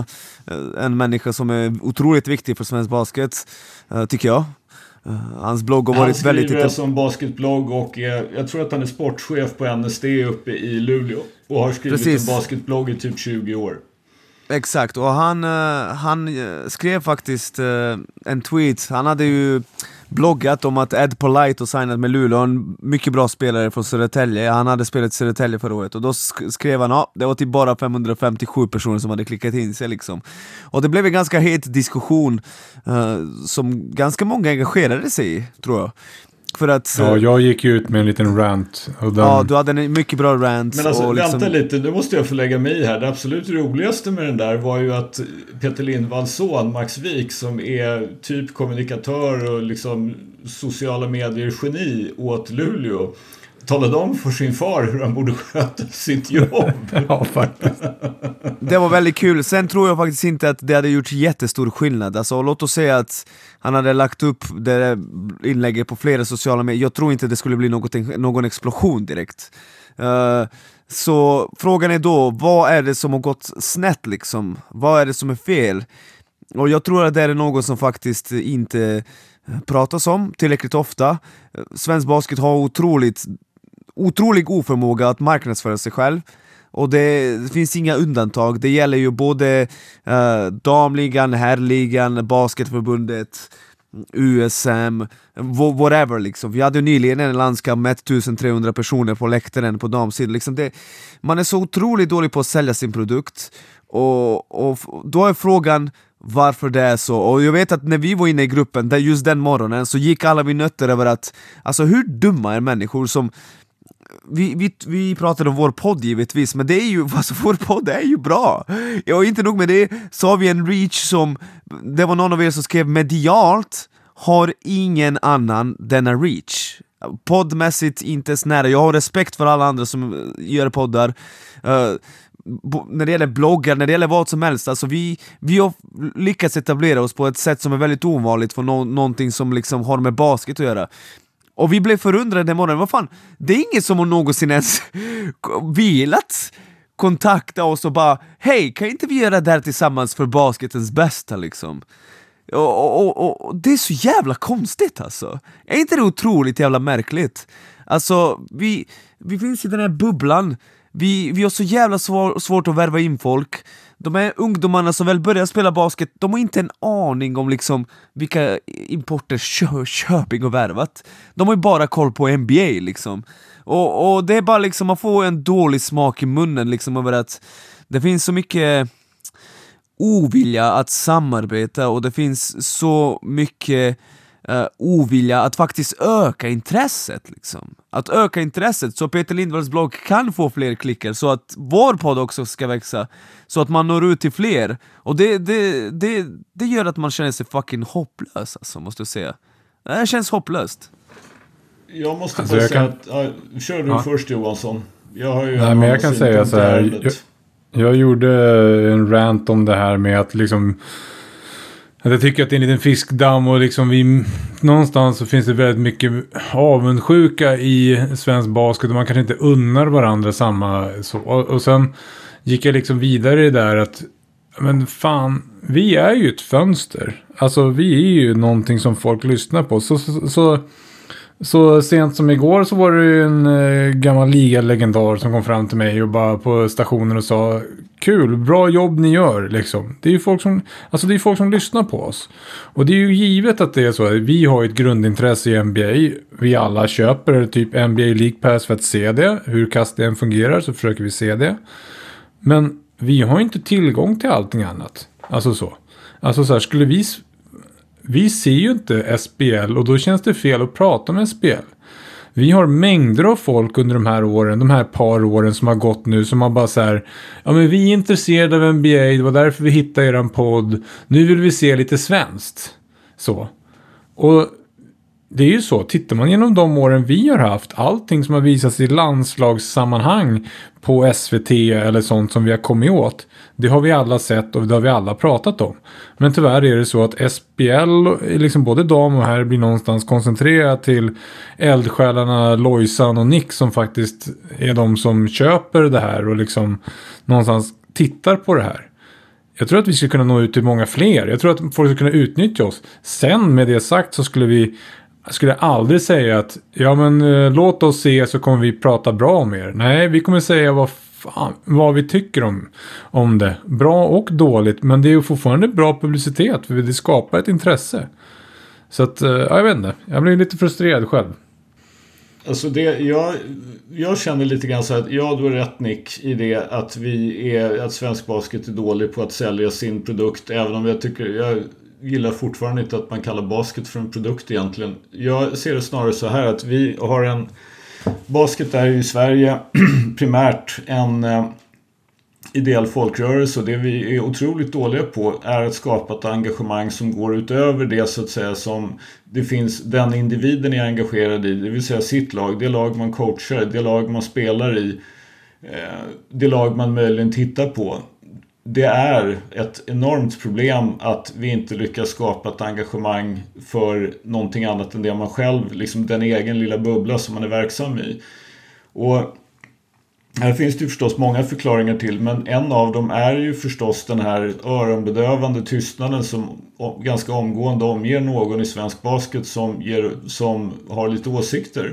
en människa som är otroligt viktig för svensk basket, tycker jag. Hans blogg har varit väldigt... Han skriver som basketblogg och är, jag tror att han är sportchef på N S D uppe i Luleå och har skrivit Precis. en basketblogg i typ tjugo år. Exakt, och han, han skrev faktiskt en tweet, han hade ju bloggat om att Ed Polite har signat med Luleå, en mycket bra spelare från Södertälje. Han hade spelat i Södertälje förra året och då skrev han, ja, det var typ bara femhundrafemtiosju personer som hade klickat in sig liksom. Och det blev en ganska het diskussion uh, som ganska många engagerade sig i, tror jag. För att, ja, jag gick ut med en liten rant. Och den... Ja, du hade en mycket bra rant. Men alltså, och liksom... vänta lite, nu måste jag få lägga mig i här. Det absolut roligaste med den där var ju att Peter Lindvalls son, Max Wik, som är typ kommunikatör och liksom sociala medier-geni åt Luleå, talade om för sin far hur han borde sköta sitt jobb. Ja, faktiskt. Det var väldigt kul. Sen tror jag faktiskt inte att det hade gjort jättestor skillnad. Alltså, låt oss säga att han hade lagt upp det inlägget på flera sociala medier. Jag tror inte det skulle bli något, någon explosion direkt. Uh, så frågan är då, vad är det som har gått snett liksom? Vad är det som är fel? Och jag tror att det är något som faktiskt inte pratas om tillräckligt ofta. Svensk basket har otroligt otrolig oförmåga att marknadsföra sig själv. Och det, det finns inga undantag. Det gäller ju både uh, damligan, herrligan, basketförbundet, U S M, whatever liksom. Vi hade ju nyligen en landskamp med ettusentrehundra personer på läktaren på damsidan. Liksom det, man är så otroligt dålig på att sälja sin produkt. Och, och då är frågan varför det är så. Och jag vet att när vi var inne i gruppen, där just den morgonen, så gick alla vi nötter över att, alltså hur dumma är människor som Vi, vi, vi pratade om vår podd givetvis, men det är ju, alltså vår podd är ju bra. Och inte nog med det, så har vi en reach som, det var någon av er som skrev, medialt har ingen annan denna reach. Poddmässigt inte ens nära. Jag har respekt för alla andra som gör poddar. Uh, när det gäller bloggar, när det gäller vad som helst, alltså vi, vi har lyckats etablera oss på ett sätt som är väldigt ovanligt för no- någonting som liksom har med basket att göra. Och vi blev förundrade den morgonen. Vad fan, det är ingen som har någonsin ens velat kontakta oss och bara, hej, kan inte vi göra det här tillsammans för basketens bästa liksom? Och, och, och, och det är så jävla konstigt alltså. Är inte det otroligt jävla märkligt? Alltså, vi, vi finns i den här bubblan. Vi, vi har så jävla svår, svårt att värva in folk. De här ungdomarna som väl börjar spela basket, de har inte en aning om liksom vilka importer Kö, Köping och värvat. De har ju bara koll på N B A liksom. Och, och det är bara liksom, man får en dålig smak i munnen liksom över att det finns så mycket ovilja att samarbeta och det finns så mycket uh, ovilja att faktiskt öka intresset liksom. Att öka intresset så Peter Lindvalls blogg kan få fler klickar, så att vår podd också ska växa, så att man når ut till fler. Och det, det, det, det gör att man känner sig fucking hopplös alltså, måste jag säga. Det känns hopplöst. Jag måste alltså, bara jag säga kan... att, uh, kör du ja. först Johansson. Jag har ju Nej, men jag kan säga så här, jag, Jag gjorde en rant om det här med att liksom... Att jag tycker att det är en liten fiskdamm och liksom vi... Någonstans så finns det väldigt mycket avundsjuka i svensk basket och man kanske inte unnar varandra samma... Så. Och, och sen gick jag liksom vidare i det där att... Men fan, vi är ju ett fönster. Alltså vi är ju någonting som folk lyssnar på. Så... så, så Så sent som igår så var det ju en eh, gammal ligalegendar som kom fram till mig och bara på stationen och sa kul, bra jobb ni gör liksom. Det är ju folk som, alltså det är folk som lyssnar på oss. Och det är ju givet att det är så. Vi har ett grundintresse i N B A. Vi alla köper typ N B A League Pass för att se det. Hur kast det försöker så försöker vi se det. Men vi har inte tillgång till allting annat. Alltså så. Alltså så här, skulle vi... Vi ser ju inte S B L och då känns det fel att prata om S B L. Vi har mängder av folk under de här åren, de här par åren som har gått nu som har bara så här, ja men vi är intresserade av N B A, det var därför vi hittade eran podd. Nu vill vi se lite svenskt. Så. Och det är ju så, tittar man genom de åren vi har haft, allting som har visats i landslagssammanhang på S V T eller sånt som vi har kommit åt, det har vi alla sett och det har vi alla pratat om. Men tyvärr är det så att S B L, liksom både dam och här, blir någonstans koncentrerat till eldsjälarna Lojsan och Nick som faktiskt är de som köper det här och liksom någonstans tittar på det här. Jag tror att vi ska kunna nå ut till många fler. Jag tror att folk ska kunna utnyttja oss. Sen med det sagt så skulle vi skulle jag aldrig säga att ja men eh, låt oss se så kommer vi prata bra om er. Nej, vi kommer säga vad fan, vad vi tycker om, om det. Bra och dåligt, men det är ju fortfarande bra publicitet för det skapar ett intresse. Så att, eh, jag vet inte. Jag blir lite frustrerad själv. Alltså det, jag, jag känner lite grann så att ja, du har rätt Nick i det att vi är, att svensk basket är dålig på att sälja sin produkt, även om jag tycker, jag gillar fortfarande inte att man kallar basket för en produkt egentligen. Jag ser det snarare så här att vi har en, basket är i Sverige primärt en eh, ideell folkrörelse och det vi är otroligt dåliga på är att skapa ett engagemang som går utöver det så att säga som det finns, den individen är engagerad i, det vill säga sitt lag, det lag man coachar, det lag man spelar i, eh, det lag man möjligen tittar på. Det är ett enormt problem att vi inte lyckas skapa ett engagemang för någonting annat än det man själv, liksom den egen lilla bubbla som man är verksam i. Och här finns det ju förstås många förklaringar till, men en av dem är ju förstås den här öronbedövande tystnaden som ganska omgående omger någon i svensk basket som, ger, som har lite åsikter.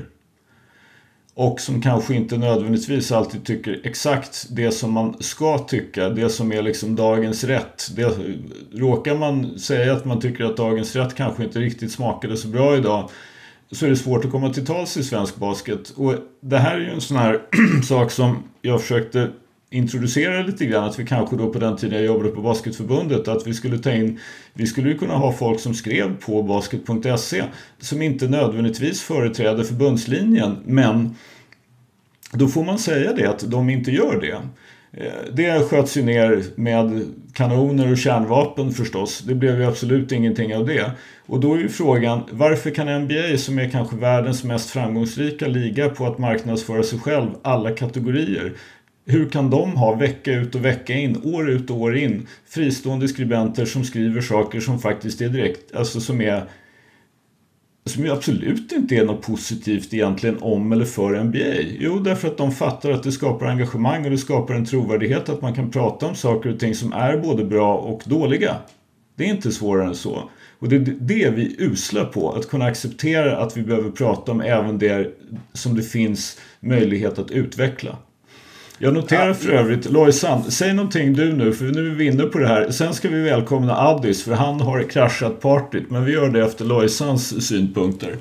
Och som kanske inte nödvändigtvis alltid tycker exakt det som man ska tycka. Det som är liksom dagens rätt. Det, råkar man säga att man tycker att dagens rätt kanske inte riktigt smakade så bra idag, så är det svårt att komma till tals i svensk basket. Och det här är ju en sån här sak som jag försökte introducera lite grann. Att vi kanske då på den tiden jag jobbade på Basketförbundet, att vi skulle ta in, vi skulle ju kunna ha folk som skrev på basket punkt se som inte nödvändigtvis företräder förbundslinjen, men då får man säga det att de inte gör det. Det sköts ju ner med kanoner och kärnvapen förstås. Det blev ju absolut ingenting av det. Och då är ju frågan, varför kan N B A som är kanske världens mest framgångsrika liga på att marknadsföra sig själv alla kategorier, hur kan de ha vecka ut och vecka in, år ut och år in fristående skribenter som skriver saker som faktiskt är direkt, alltså som är som ju absolut inte är något positivt egentligen om eller för N B A. Jo, därför att de fattar att det skapar engagemang och det skapar en trovärdighet att man kan prata om saker och ting som är både bra och dåliga. Det är inte svårare än så. Och det är det vi uslar på, att kunna acceptera att vi behöver prata om även det som det finns möjlighet att utveckla. Jag noterar för övrigt, Lojsan, säg någonting du nu, för nu är vi inne på det här. Sen ska vi välkomna Addis, för han har kraschat partyt, men vi gör det efter Lojsans synpunkter.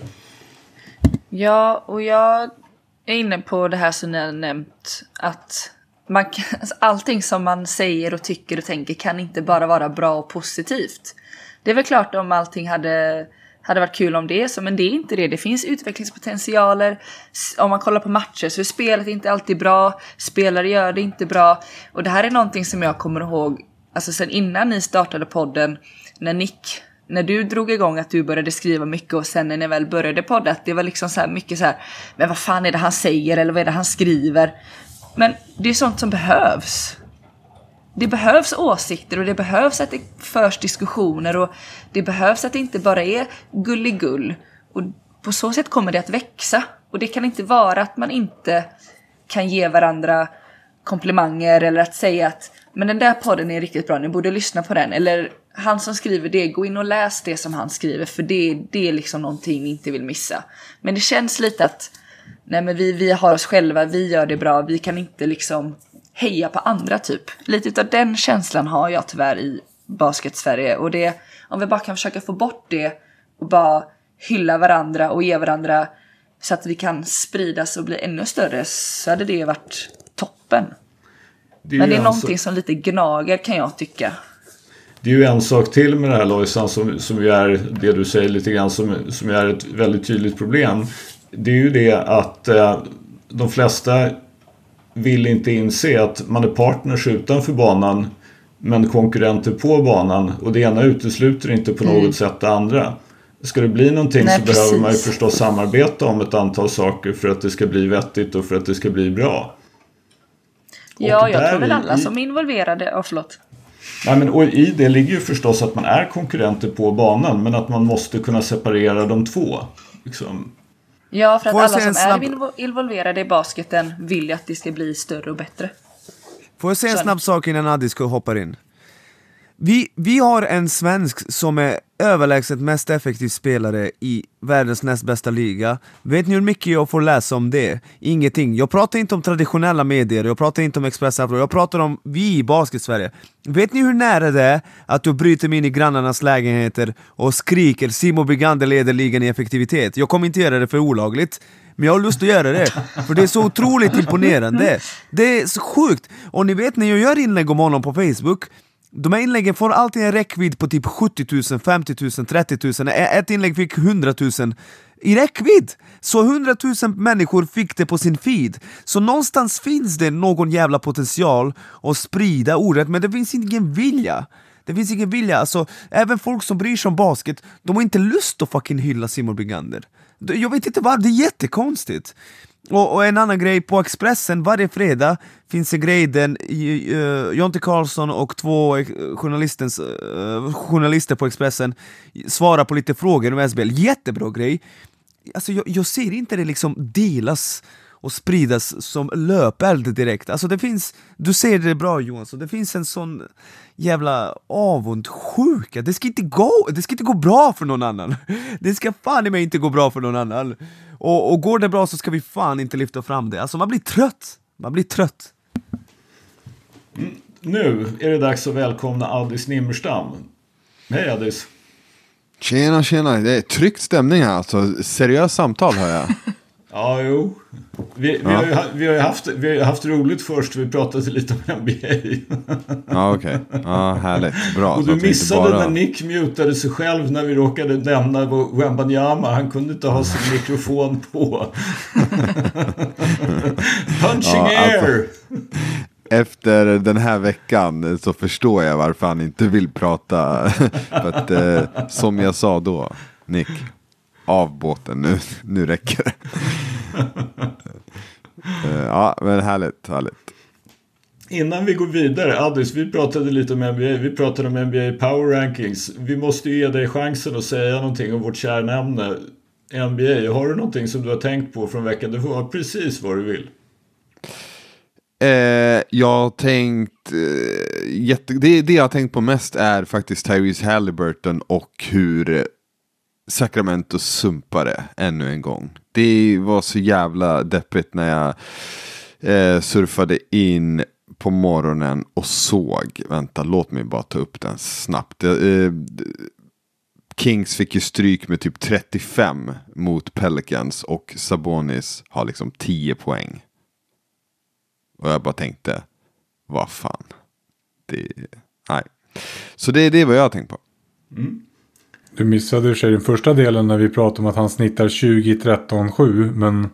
Ja, och jag är inne på det här som ni har nämnt, att man kan, alltså allting som man säger och tycker och tänker kan inte bara vara bra och positivt. Det är väl klart om allting hade... hade varit kul om det är så, men det är inte det. Det finns utvecklingspotentialer. Om man kollar på matcher så är spelet inte alltid bra. Spelare gör det inte bra. Och det här är någonting som jag kommer ihåg, alltså sen innan ni startade podden, när Nick, när du drog igång att du började skriva mycket och sen när ni väl började podda, att det var liksom så här mycket så här, men vad fan är det han säger eller vad är det han skriver? Men det är sånt som behövs. det behövs åsikter och det behövs att det förs diskussioner och det behövs att det inte bara är gulligull. Och på så sätt kommer det att växa. Och det kan inte vara att man inte kan ge varandra komplimanger eller att säga att men den där podden är riktigt bra, ni borde lyssna på den. Eller han som skriver det, gå in och läs det som han skriver, för det, det är liksom någonting ni inte vill missa. Men det känns lite att nej, men vi, vi har oss själva, vi gör det bra, vi kan inte liksom heja på andra typ. Lite av den känslan har jag tyvärr i basket-Sverige. Och det, om vi bara kan försöka få bort det och bara hylla varandra och ge varandra så att vi kan spridas och bli ännu större, så hade det varit toppen. Det Men det är alltså någonting som lite gnager, kan jag tycka. Det är ju en sak till med det här, Lojsan, som, som ju är det du säger lite grann, som, som är ett väldigt tydligt problem. Det är ju det att eh, de flesta vill inte inse att man är partners utanför banan men konkurrenter på banan, och det ena utesluter inte på något mm. sätt det andra. Ska det bli någonting Nej, så precis. behöver man ju förstås samarbeta om ett antal saker för att det ska bli vettigt och för att det ska bli bra. Ja, jag tror väl alla i, som är involverade. Oh, förlåt. Nej, men, och i det ligger ju förstås att man är konkurrenter på banan, men att man måste kunna separera de två. Liksom. Ja, för att alla som snabb... är involverade i basketen vill att det ska bli större och bättre. Får jag säga en snabb sak innan Addis hoppar in? Vi, vi har en svensk som är överlägset mest effektiv spelare i världens näst bästa liga. Vet ni hur mycket jag får läsa om det? Ingenting. Jag pratar inte om traditionella medier, jag pratar inte om Expressen, jag pratar om vi i basket-Sverige. Vet ni hur nära det är att du bryter mig in i grannarnas lägenheter och skriker Simon Brigander leder ligan i effektivitet? Jag kommer inte göra det för olagligt, men jag har lust att göra det, för det är så otroligt imponerande. Det är så sjukt. Och ni vet, när jag gör inlägg om honom på Facebook, de här inläggen får alltid en räckvidd på typ sjuttio tusen, femtio tusen, trettio tusen. Ett inlägg fick hundra tusen i räckvidd. Så hundra tusen människor fick det på sin feed. Så någonstans finns det någon jävla potential att sprida ordet, men det finns ingen vilja. Det finns ingen vilja. Alltså, även folk som bryr sig om basket, de har inte lust att fucking hylla Simon Brigander. Jag vet inte varför, det är jättekonstigt. Och, och en annan grej, på Expressen varje fredag finns en grej där uh, Jonte Karlsson och två uh, journalistens, uh, journalister på Expressen svarar på lite frågor om S B L. Jättebra grej. Alltså jag, jag ser inte det liksom delas och spridas som löpeld direkt. Alltså det finns, du ser det bra, Johan, så det finns en sån jävla avundsjuka. Det ska inte gå, det ska inte gå bra för någon annan. Det ska fan i mig inte gå bra för någon annan. Och, och går det bra så ska vi fan inte lyfta fram det. Alltså man blir trött. Man blir trött. Mm, nu är det dags att välkomna Addis Nimmerstam. Hej Addis. Tjena, tjena. Det är tryckt stämning här. Alltså seriöst samtal hör jag. Ja, jo. Vi, vi, ja. Har ju, vi, har ju haft, vi har ju haft roligt först. Vi pratade lite om N B A. Ja, okej. Okay. Ja, härligt. Bra. Och du missade bara... när Nick mutade sig själv när vi råkade nämna Wembanyama. Han kunde inte ha sin mikrofon på. Punching ja, air! Alltså, efter den här veckan så förstår jag varför han inte vill prata. För att, eh, som jag sa då, Nick... av båten, nu, nu räcker det. uh, ja, men härligt, härligt. Innan vi går vidare, Addis, vi pratade lite om N B A, vi pratade om N B A Power Rankings. Vi måste ge dig chansen att säga någonting om vårt kärnämne N B A. Har du någonting som du har tänkt på från veckan? Du får ha precis vad du vill. Eh, jag har tänkt eh, jätte, det, det jag har tänkt på mest är faktiskt Tyrese Halliburton och hur Sacramento sumpade ännu en gång. Det var så jävla deppigt när jag eh, surfade in på morgonen och såg, vänta, låt mig bara ta upp den snabbt. Eh, Kings fick ju stryk med typ trettiofem mot Pelicans och Sabonis har liksom tio poäng. Och jag bara tänkte, vad fan. Det, nej. Så det är det vad jag har tänkt på. Mm. Du missade ju sig den första delen när vi pratade om att han snittar tjugo tretton sju, men...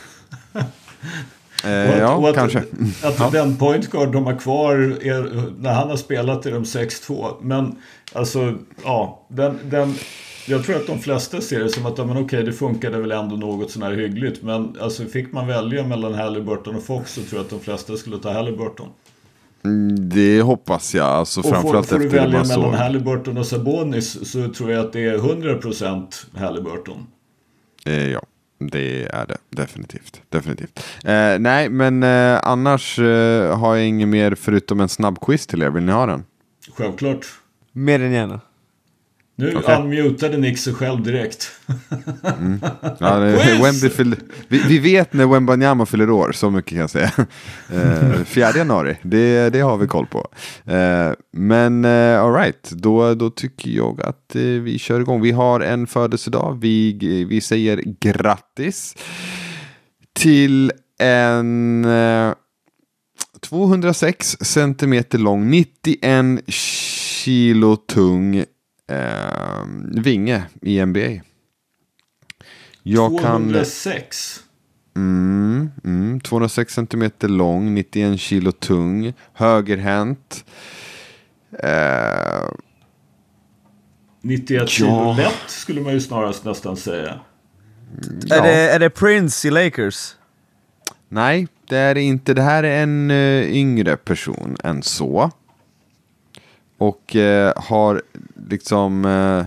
eh, och att, ja, och att, kanske. Att ja. Den point guard de har kvar är, när han har spelat i de sex två. Men alltså, ja, den, den, jag tror att de flesta ser det som att men okej, det funkade väl ändå något sån här hyggligt. Men alltså, fick man välja mellan Halliburton och Fox så tror jag att de flesta skulle ta Halliburton. Mm, det hoppas jag. Alltså, och får, framförallt får du efter välja man mellan såg. Halliburton och Sabonis så tror jag att det är hundra procent Halliburton. Eh, ja, det är det. Definitivt. Definitivt. Eh, nej, men eh, annars eh, har jag inget mer förutom en snabb quiz till er. Vill ni ha den? Självklart. Mer än gärna. Nu Okej. unmutade Nick sig själv direkt. Mm. Ja, det, Wemby fyller, vi, vi vet när Wembanyama fyller år, så mycket kan jag säga. Eh, fjärde januari, det, det har vi koll på. Eh, men eh, all right, då, då tycker jag att eh, vi kör igång. Vi har en födelsedag. Vi, vi säger grattis till en eh, tvåhundrasex centimeter lång, nittioen kilo tung Eh, vinge i N B A. Jag tvåhundrasex. kan mm, mm, tvåhundrasex centimeter lång, nittioen kilo tung, högerhänt. Eh, nittioett ja. kilo lätt skulle man ju snarast nästan säga. ja. Är, det, är det Prince i Lakers? Nej, det är inte. Det här är en uh, yngre person än så. Och eh, har liksom eh,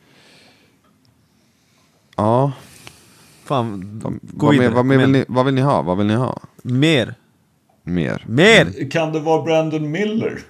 ja. Fan, gå Vad, vidare. med, vad, med vill ni, vad vill ni ha? Vad vill ni ha? Mer. Mer. Mer. Kan det vara Brandon Miller?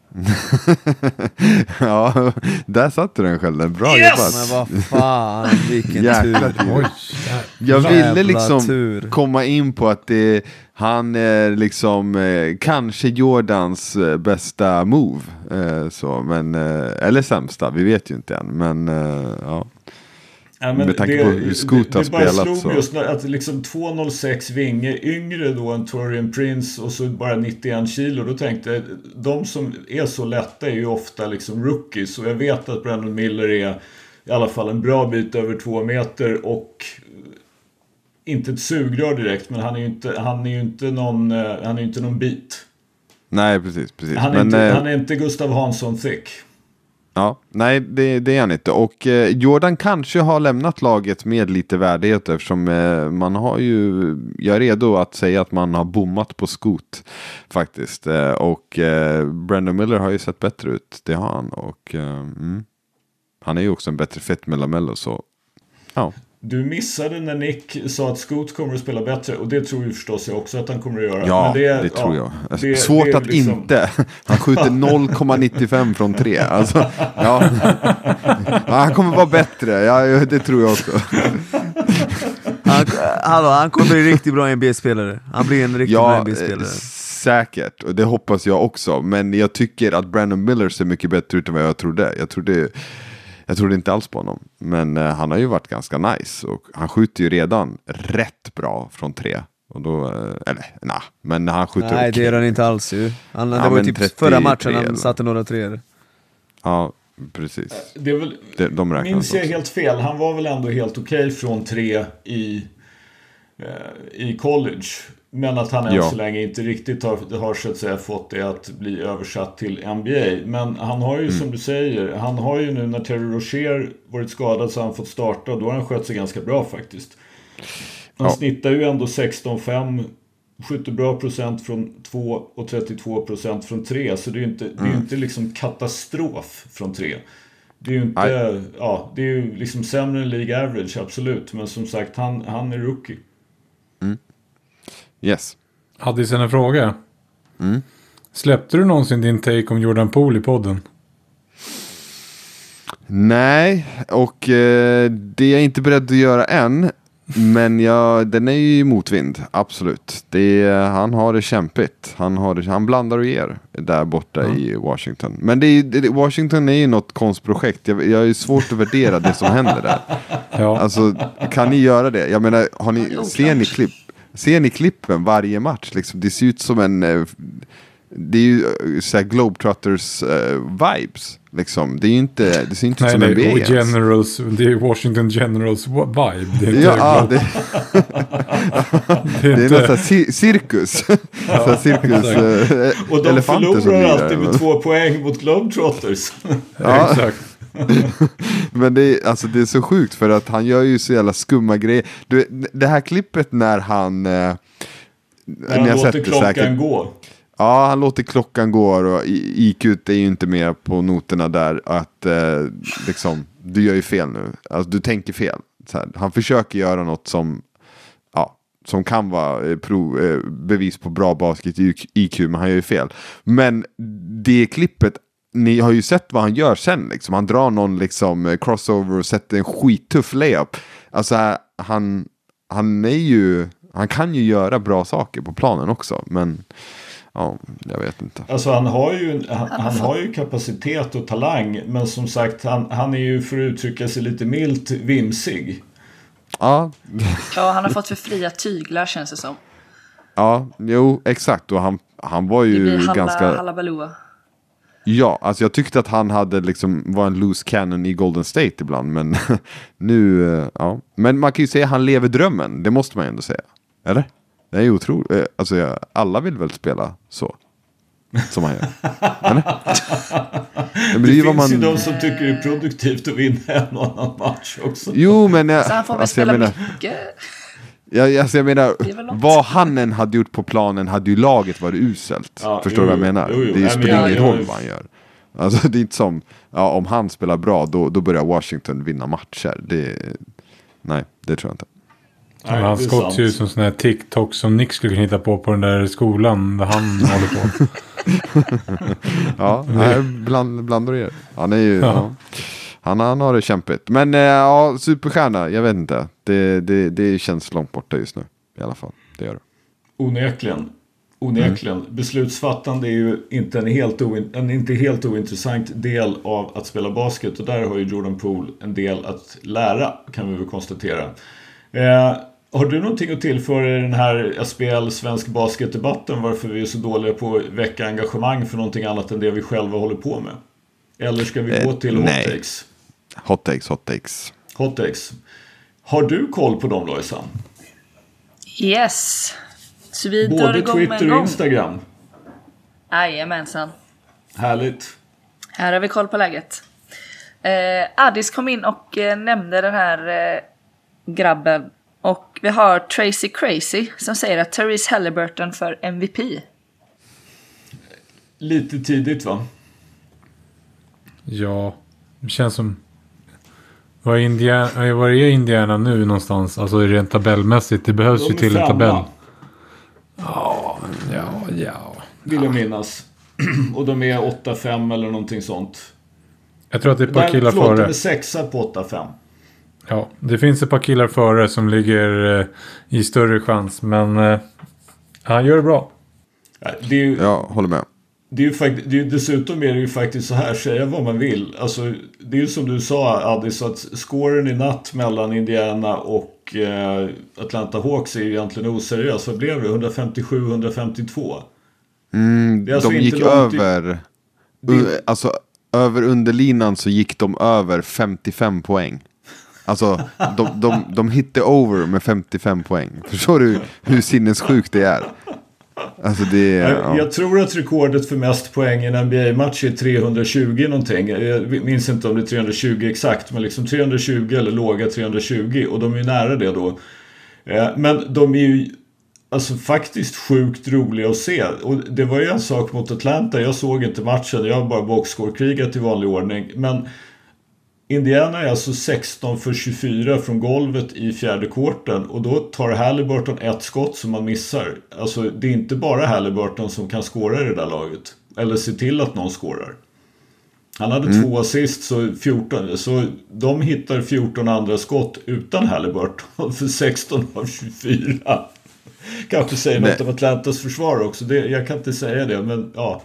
Ja, där satt du den själv. Bra Yes! jobbat. Men vad fan, vilken Jäkla tur. tur. Oj, Jag ville Jävla liksom tur. komma in på att det, han är liksom eh, kanske Jordans eh, bästa move. Eh, så, men, eh, eller sämsta, vi vet ju inte än. Men eh, ja. Ja, men Med tanke det, på hur Scoot har det, det bara spelat slog så. mig just när, att liksom tvåhundrasex vinge, yngre då än Taurean Prince och så bara nittioen kilo. Då tänkte jag, de som är så lätta är ju ofta liksom rookies. Och jag vet att Brandon Miller är i alla fall en bra bit över två meter och inte ett sugrör direkt, men han är ju inte, han är ju inte någon, han är ju inte någon bit. Nej, precis, precis. Han är, men, inte, eh, han är inte Gustav Hansson thick. Ja, nej det, det är han inte. Och eh, Jordan kanske har lämnat laget med lite värdighet eftersom eh, man har ju, jag är redo att säga att man har bommat på Scoot faktiskt. Eh, och eh, Brandon Miller har ju sett bättre ut, det har han. Och eh, mm, han är ju också en bättre fett mellan så ja. Du missade när Nick sa att Scoot kommer att spela bättre, och det tror ju förstås jag också att han kommer att göra. Ja, Men det, det, tror ja, jag. det- Svårt det är att liksom- inte. Han skjuter noll komma nittiofem från tre. Alltså, ja. Ja, han kommer vara bättre, ja, det tror jag också. Han, hallå, han kommer bli riktigt bra N B A-spelare. Han blir en riktigt bra Ja, N B A-spelare. eh, säkert. Och det hoppas jag också. Men jag tycker att Brandon Miller ser mycket bättre ut än vad jag trodde. Jag trodde, jag trodde inte alls på honom. Men eh, han har ju varit ganska nice. Och han skjuter ju redan rätt bra från tre. Och då, eh, eller nej, men han skjuter Nej, okej. det gör han inte alls ju. Han, Ja, det var ju men typ trettiotre förra matchen han eller? satte några treor. Ja, precis. Det är väl, De, de räknas minns jag också. helt fel, han var väl ändå helt okej från tre i, eh, i college. Men att han än Ja. så länge inte riktigt har, har så att säga fått det att bli översatt till N B A. Men han har ju Mm. som du säger, han har ju nu när Terry Rozier varit skadad så har han fått starta, och då har han skött sig ganska bra faktiskt. Han Ja. snittar ju ändå sexton fem, skjuter bra procent från två och trettiotvå procent från tre. Så det är ju inte, det är ju inte liksom katastrof från tre. Det är ju inte, Nej. ja, det är ju liksom sämre än League Average, absolut. Men som sagt, han, han är rookie. Yes. Hade en fråga. Mm. Släppte du någonsin din take om Jordan Poole i podden? Nej, och eh, det är jag inte beredd att göra än. Men jag, den är ju i motvind, absolut. Det är, han har det kämpigt. Han, har det, han blandar och ger där borta Mm. i Washington. Men det är, det, Washington är ju något konstprojekt. Jag, jag är ju svårt att värdera det som händer där. Ja. Alltså, kan ni göra det? Jag menar, har ni, ser ni klipp? Ser ni klippen varje match? Liksom, det ser ut som en... eh, Det är ju eh, så här Globetrotters eh, vibes. Liksom. Det är ju inte, det ser inte ut Nej, som nej, N B A och ens. Generals, det är Washington Generals vibe. Det är inte, Ja, ja, det, det är det är inte någon sån här ci- cirkus. Så här cirkus eh, Och de elefanter som förlorar lirar. alltid med två poäng mot Globetrotters. Ja. exakt. Men det är, alltså, det är så sjukt för att han gör ju så jävla skumma grejer. Du, det här klippet när han... Eh, När han låter klockan gå. Ja, han låter klockan gå och I Q är ju inte med på noterna där att eh, liksom, du gör ju fel nu. Alltså, du tänker fel. Så här, han försöker göra något som, ja, som kan vara eh, prov, eh, bevis på bra basket I Q, men han gör ju fel. Men det klippet, ni har ju sett vad han gör sen. Liksom. Han drar någon liksom, crossover och sätter en skittuff layup. Alltså här, han, han är ju, han kan ju göra bra saker på planen också, men ja, jag vet inte. Alltså han har ju, han, han har ju kapacitet och talang, men som sagt, han, han är ju, för att uttrycka sig lite milt, vimsig. Ja. Ja, han har fått för fria tyglar, känns det som. Ja, jo, exakt. Och han, han var ju det blir halla, ganska... halabaloo. Ja, alltså jag tyckte att han hade liksom var en loose cannon i Golden State ibland, men nu, ja. Men man kan ju säga att han lever drömmen, det måste man ju ändå säga. Eller? Det är ju otroligt. Alltså alla vill väl spela så. Som han gör. Eller? Det, det finns man... ju de som tycker det är produktivt att vinna en och annan match också. Jo, men jag, så han får väl alltså, spela jag menar, mycket. Jag, alltså, jag menar, vad han än hade gjort på planen hade ju laget varit uselt. Ja, Förstår du vad jag menar? Jo, jo. Det spelar ingen roll vad han gör. Alltså det är inte som, ja, om han spelar bra då, då börjar Washington vinna matcher. Det, nej, det tror jag inte. Nej, han skott ju som sån här TikTok som Nick skulle kunna hitta på på den där skolan där han håller på. Ja, nej, bland, blandar er. Han är ju, ja. Ja. Han, han har det kämpigt. Men ja, superstjärna, jag vet inte. Det, det, det känns långt borta just nu. I alla fall, det gör det. Onekligen. Onekligen. Mm. Beslutsfattande är ju inte en helt, oin, en inte helt ointressant del av att spela basket. Och där har ju Jordan Poole en del att lära, kan vi väl konstatera. Eh, har du någonting att tillföra i den här S B L svensk basketdebatten? Varför vi är så dåliga på att väcka engagemang för någonting annat än det vi själva håller på med? Eller ska vi eh, gå till hot nej. takes? Hot takes, hot takes. Hot takes. Har du koll på dem, Lojsan? Yes. Så vi drar Både igång Twitter och Instagram. Jajamensan. Härligt. Här har vi koll på läget. Eh, Addis kom in och eh, nämnde den här eh, grabben. Och vi har Tracy Crazy som säger att Tyrese Halliburton för M V P. Lite tidigt, va? Ja, det känns som... Var är Indiana, var är Indiana nu någonstans? Alltså rent tabellmässigt. Det behövs ju till en tabell. Ja, ja, ja. Vill jag minnas. Och de är åtta fem eller någonting sånt. Jag tror att det är ett par Där, killar förlåt, före. De är sexa på åtta fem. Ja, det finns ett par killar före som ligger eh, i större chans. Men eh, han gör det bra. Ja, det är ju, jag håller med. Det är ju fakt- det är, dessutom är det ju faktiskt så här, säga vad man vill. Alltså, det är ju som du sa, Addis, att scoren i natt mellan Indiana och eh, Atlanta Hawks är ju egentligen oseriös. Vad blev det? etthundrafemtiosju etthundrafemtiotvå. Mm, alltså de gick över... Det... Alltså, över underlinan så gick de över femtiofem poäng. Alltså, de, de, de hittade over med femtiofem poäng. Förstår du hur sinnessjukt det är? Alltså det, ja. Jag tror att rekordet för mest poäng i en N B A-match är trehundratjugo någonting. Jag minns inte om det är trehundratjugo exakt, men liksom trehundratjugo eller låga trehundratjugo, och de är ju nära det då. Men de är ju alltså faktiskt sjukt roliga att se. Och det var ju en sak mot Atlanta. Jag såg inte matchen, jag har bara boxscore-krigat i vanlig ordning. Men Indiana är alltså sexton för tjugofyra från golvet i fjärde kvarten, och då tar Halliburton ett skott som man missar. Alltså det är inte bara Halliburton som kan skåra i det där laget, eller se till att någon skårar. Han hade mm. två assist, så fjorton, så de hittar fjorton andra skott utan Halliburton för sexton av tjugofyra. Kanske säger något Nej. om Atlantas försvar också. Det, jag kan inte säga det, men ja.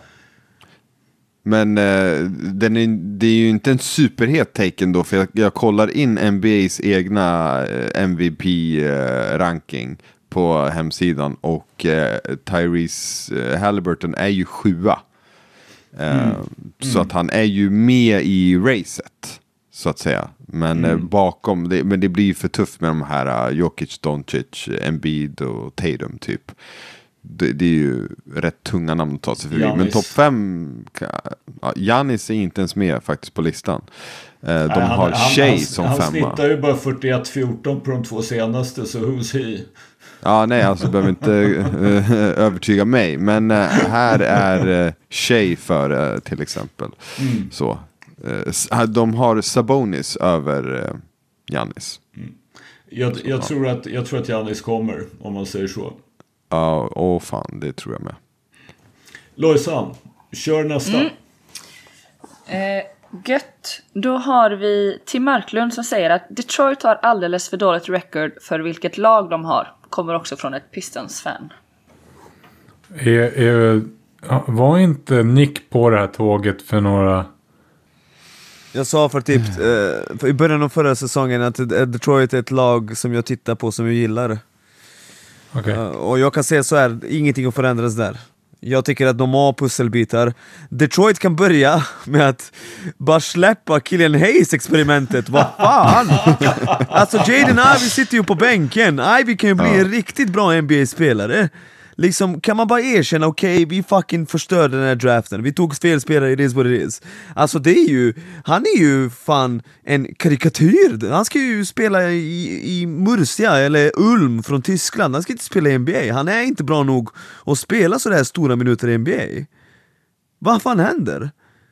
Men eh, den är, det är ju inte en superhet take ändå, för jag, jag kollar in N B A:s egna eh, M V P-ranking eh, på hemsidan, och eh, Tyrese eh, Halliburton är ju sjua. Eh, mm. Så mm. att han är ju med i racet, så att säga. Men mm. eh, bakom, det, men det blir ju för tufft med de här uh, Jokic, Doncic, Embiid och Tatum typ. Det, det är ju rätt tunga namn att ta sig förbi. Giannis. Men topp fem, ja, Giannis är inte ens med faktiskt på listan. Eh, de Nej, har Shea som han, femma. Han snittar ju bara fyrtioett fjorton på de två senaste, så who's he? Ja, nej, alltså behöver inte uh, övertyga mig. Men uh, här är uh, Shea för uh, till exempel. Mm. Så. Uh, de har Sabonis över uh, Giannis. Mm. Jag, jag, så, tror att, jag tror att Giannis kommer, om man säger så. Ja, uh, åh fan, det tror jag med. Lojsan, kör nästa. Mm. Eh, gött. Då har vi Tim Marklund som säger att Detroit har alldeles för dåligt record för vilket lag de har. Kommer också från ett Pistons-fan. Är, är, var inte Nick på det här tåget för några... Jag sa för typ eh, för i början av förra säsongen att Detroit är ett lag som jag tittar på, som jag gillar. Okay. Uh, och jag kan säga så här, ingenting att förändras där. Jag tycker att de har pusselbitar. Detroit kan börja med att bara släppa Killian Hayes-experimentet. Vad fan? Alltså Jaden Ivey sitter ju på bänken. Ivey kan ju bli ja. en riktigt bra N B A-spelare. Liksom, kan man bara erkänna, okej, okay, vi fucking förstörde den här draften. Vi tog felspelare, it is what it is. Alltså det är ju, han är ju fan en karikatyr. Han ska ju spela i, i Murcia eller Ulm från Tyskland. Han ska inte spela i N B A. Han är inte bra nog att spela så där stora minuter i N B A. Vad fan händer?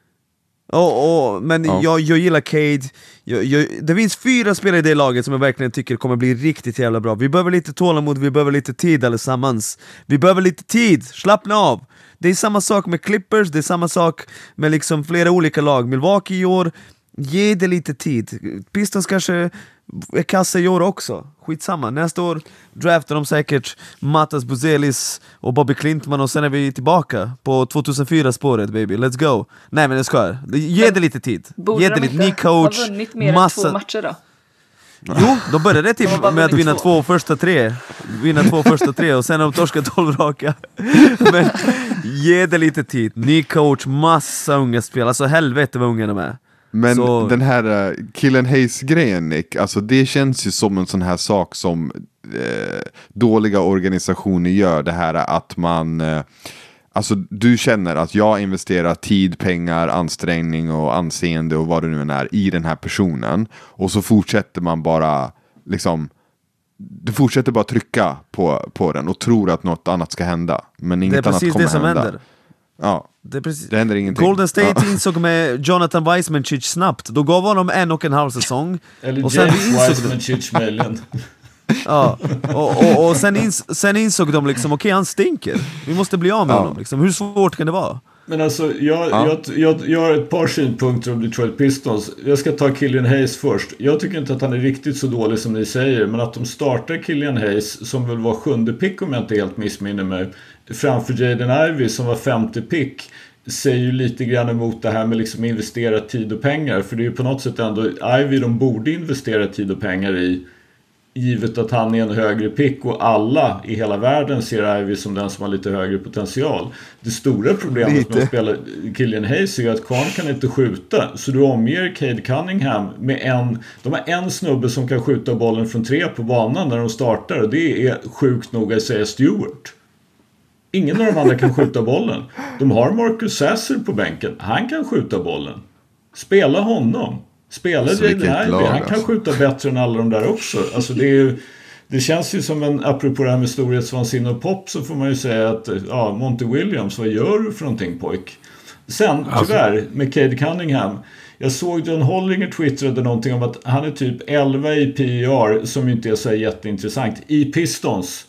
Oh, oh, men ja. jag, jag gillar Cade. jag, jag, Det finns fyra spelare i det laget som jag verkligen tycker kommer bli riktigt jävla bra. Vi behöver lite tålamod, vi behöver lite tid allesammans. Vi behöver lite tid, slappna av. Det är samma sak med Clippers, det är samma sak med liksom flera olika lag. Milwaukee i år, ge det lite tid. Pistons kanske är kassa i år också. Skitsamma, nästa år draftar de säkert Matas Buzelis och Bobby Klintman, och sen är vi tillbaka på tjugohundrafyra-spåret, baby, let's go. Nej men det ska, ge det lite tid. Ge det lite, ny coach, har vunnit mer massa... än två matcher då? Jo, de började typ med att vinna två. två första tre Vinna två första tre och sen har de torskat tolv raka. Men ge det lite tid, ny coach, massa unga spel. Alltså helvete vad unga de är. Men så... den här uh, Killian Hayes-grejen, Nick, alltså det känns ju som en sån här sak som uh, dåliga organisationer gör. Det här att man, uh, alltså du känner att jag investerar tid, pengar, ansträngning och anseende och vad det nu än är i den här personen. Och så fortsätter man bara liksom, du fortsätter bara trycka på, på den och tror att något annat ska hända. Men inget annat kommer hända. Det är precis det som hända. händer. Ja. Det, är precis... det händer ingenting. Golden State ja. insåg med Jonathan Weissmanchich snabbt. Då gav honom en och en halv säsong. Eller och sen James insåg Weissmanchich möjligen. Ja, och, och, och sen, ins sen insåg de liksom, okej, okay, han stinker. Vi måste bli av med ja. honom liksom. Hur svårt kan det vara? Men alltså, jag, ja. jag, jag, jag har ett par synpunkter om Detroit Pistons. Jag ska ta Killian Hayes först. Jag tycker inte att han är riktigt så dålig som ni säger. Men att de startar Killian Hayes, som väl var sjunde pick om jag inte helt missminner mig, framför Jaden Ivey som var femte pick, säger ju lite grann emot det här med liksom investera tid och pengar. För det är ju på något sätt ändå Ivey de borde investera tid och pengar i, givet att han är en högre pick och alla i hela världen ser Ivey som den som har lite högre potential. Det stora problemet lite. med att spela Killian Hayes är ju att Kwan kan inte skjuta, så du omger Cade Cunningham med en, de har en snubbe som kan skjuta bollen från tre på banan när de startar, och det är sjukt nog att säga Stewart. Ingen av de andra kan skjuta bollen. De har Marcus Sasser på bänken. Han kan skjuta bollen. Spela honom. Spela alltså, Jaden Ivey. Han kan skjuta bättre än alla de där också. Alltså det, är ju, det känns ju som en, apropå det här med storhetsvansinne och pop, så får man ju säga att ja, Monty Williams, vad gör du för någonting, pojk? Sen, tyvärr, alltså. med Cade Cunningham. Jag såg John Hollinger twittrade någonting om att han är typ elva i P E R, som inte är så jätteintressant, i Pistons.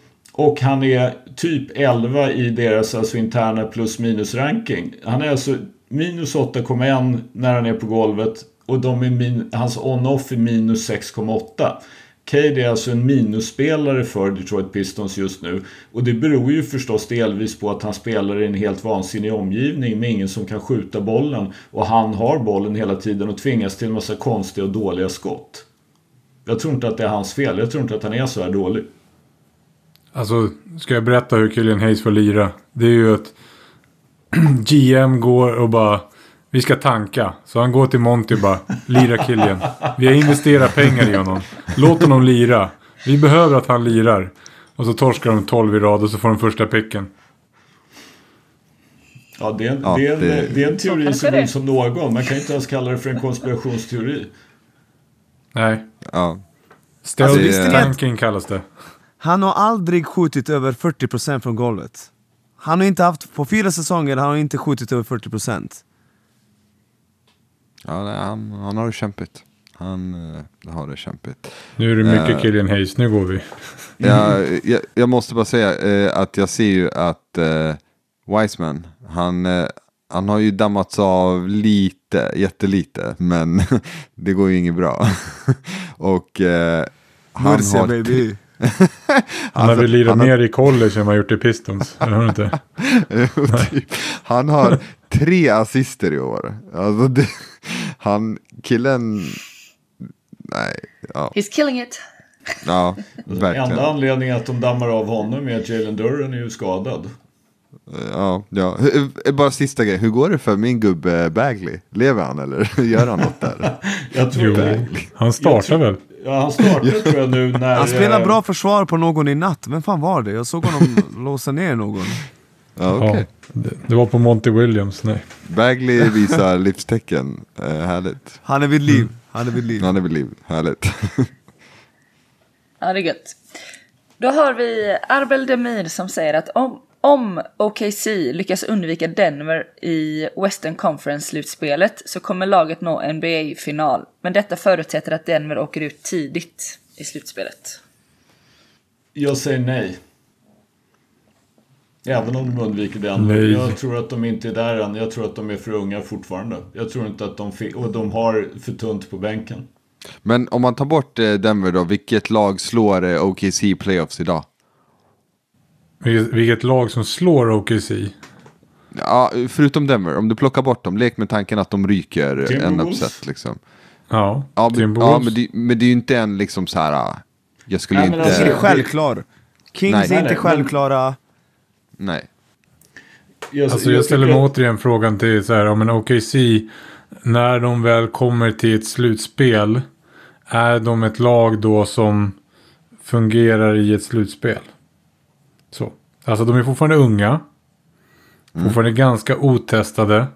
Och han är typ elva i deras alltså interna plus minus ranking. Han är alltså minus åtta komma ett när han är på golvet. Och de är min, hans on-off är minus sex komma åtta. Cade är alltså en minusspelare för Detroit Pistons just nu. Och det beror ju förstås delvis på att han spelar i en helt vansinnig omgivning med ingen som kan skjuta bollen. Och han har bollen hela tiden och tvingas till en massa konstiga och dåliga skott. Jag tror inte att det är hans fel. Jag tror inte att han är så här dålig. Alltså, ska jag berätta hur Killian Hayes får lira? Det är ju att G M går och bara, vi ska tanka. Så han går till Monty och bara, lira Killian. Vi har investerat pengar i honom. Låt honom lira. Vi behöver att han lirar. Och så torskar de tolv i rad och så får de första picken. Ja, det är en, ja, det är en, det... Det är en teori så god som någon. Man kan inte ens kalla det för en konspirationsteori. Nej. Ja. Stealth tanking kallas det. Han har aldrig skjutit över fyrtio procent från golvet. Han har inte haft, på fyra säsonger han har inte skjutit över fyrtio procent. Ja, nej, han, han har det kämpigt. Han uh, har det kämpigt. Nu är det mycket uh, Killian Hayes, nu går vi. Ja, jag, jag måste bara säga uh, att jag ser ju att uh, Wiseman, han, uh, han har ju dammats av lite, jättelite, men det går ju inget bra. Och uh, han Murcia, har... baby. Han alltså, har väl lirat har... mer i college än man gjort i Pistons, eller har du inte? typ. Han har tre assister i år. Alltså det, han, killen... Nej, ja. He's killing it. Ja, verkligen. Enda anledningen att de dammar av honom är att Jalen Duren är ju skadad. Ja, ja. Bara sista grej. Hur går det för min gubbe Bagley? Lever han eller gör han något där? Jag tror Jo, Bagley. han startar väl. Ja, han startar tror jag nu när... Han spelar bra försvar på någon i natt. Vem fan var det? Jag såg honom låsa ner någon. Ja, okej. Okay. Ja, det, det var på Monty Williams, nej. Bagley visar livstecken. Eh, härligt. Han är vid liv. Han är vid liv. Han är vid liv. Härligt. Ja, det är gött. Då har vi Arbel Demir som säger att om, om O K C lyckas undvika Denver i Western Conference-slutspelet så kommer laget nå N B A-final. Men detta förutsätter att Denver åker ut tidigt i slutspelet. Jag säger nej. Även om de undviker den. Nej. Jag tror att de inte är där än. Jag tror att de är för unga fortfarande. Jag tror inte att de... Fi- och de har för tunt på bänken. Men om man tar bort eh, Denver då, vilket lag slår eh, O K C playoffs idag? Vilket, vilket lag som slår O K C? Ja, förutom Denver. Om du plockar bort dem, lek med tanken att de ryker en Timberwolves. uppsätt liksom. Ja, Ja, men, Timberwolves. ja men, det, men det är ju inte en liksom så här. Jag skulle Nej, men inte... alltså, Det är självklart. Kings Nej. är Nej, inte nej, självklara. Nej. Jag, Alltså jag ställer tycker- mig återigen frågan till så här, om en O K C, när de väl kommer till ett slutspel, är de ett lag då som fungerar i ett slutspel? Så. Alltså de är fortfarande unga. Mm. Fortfarande ganska otestade.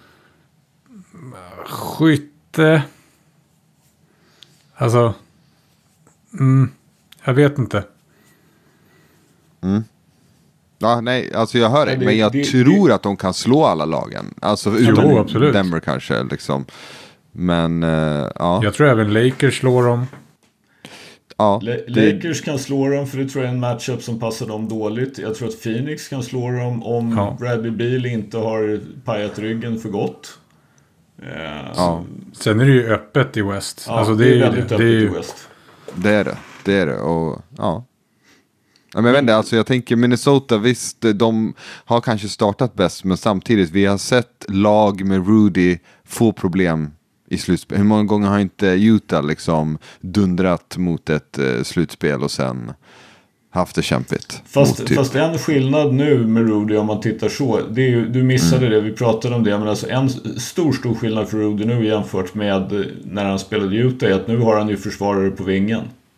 Skytte. Alltså. Mm, jag vet inte. Mm. Ja, nej, alltså jag hör dig, Ja, det- men jag det- tror det- att de kan slå alla lagen. Alltså Jo, utom absolut. Denver kanske, liksom. Men, uh, ja. Jag tror även Lakers slår dem. ja La- det, Lakers kan slå dem, för det tror jag är en matchup som passar dem dåligt. Jag tror att Phoenix kan slå dem om Ja. Bradley Beal inte har pajat ryggen för gott. Eh, ja, Sen är det ju öppet i West. ja, alltså det, det, är är väldigt ju, öppet det är i ju, West. det är det. Det är det, och ja. Ja, men jag vet inte, alltså jag tänker Minnesota, visst, de har kanske startat bäst, men samtidigt, vi har sett lag med Rudy få problem i slutspel. Hur många gånger har inte Utah liksom dundrat mot ett uh, slutspel och sen haft det kämpigt? Fast, mot typ. fast en skillnad nu med Rudy om man tittar så, det är ju, du missade det, vi pratade om det, men alltså en stor stor skillnad för Rudy nu jämfört med när han spelade i Utah är att nu har han ju försvarare på vingen.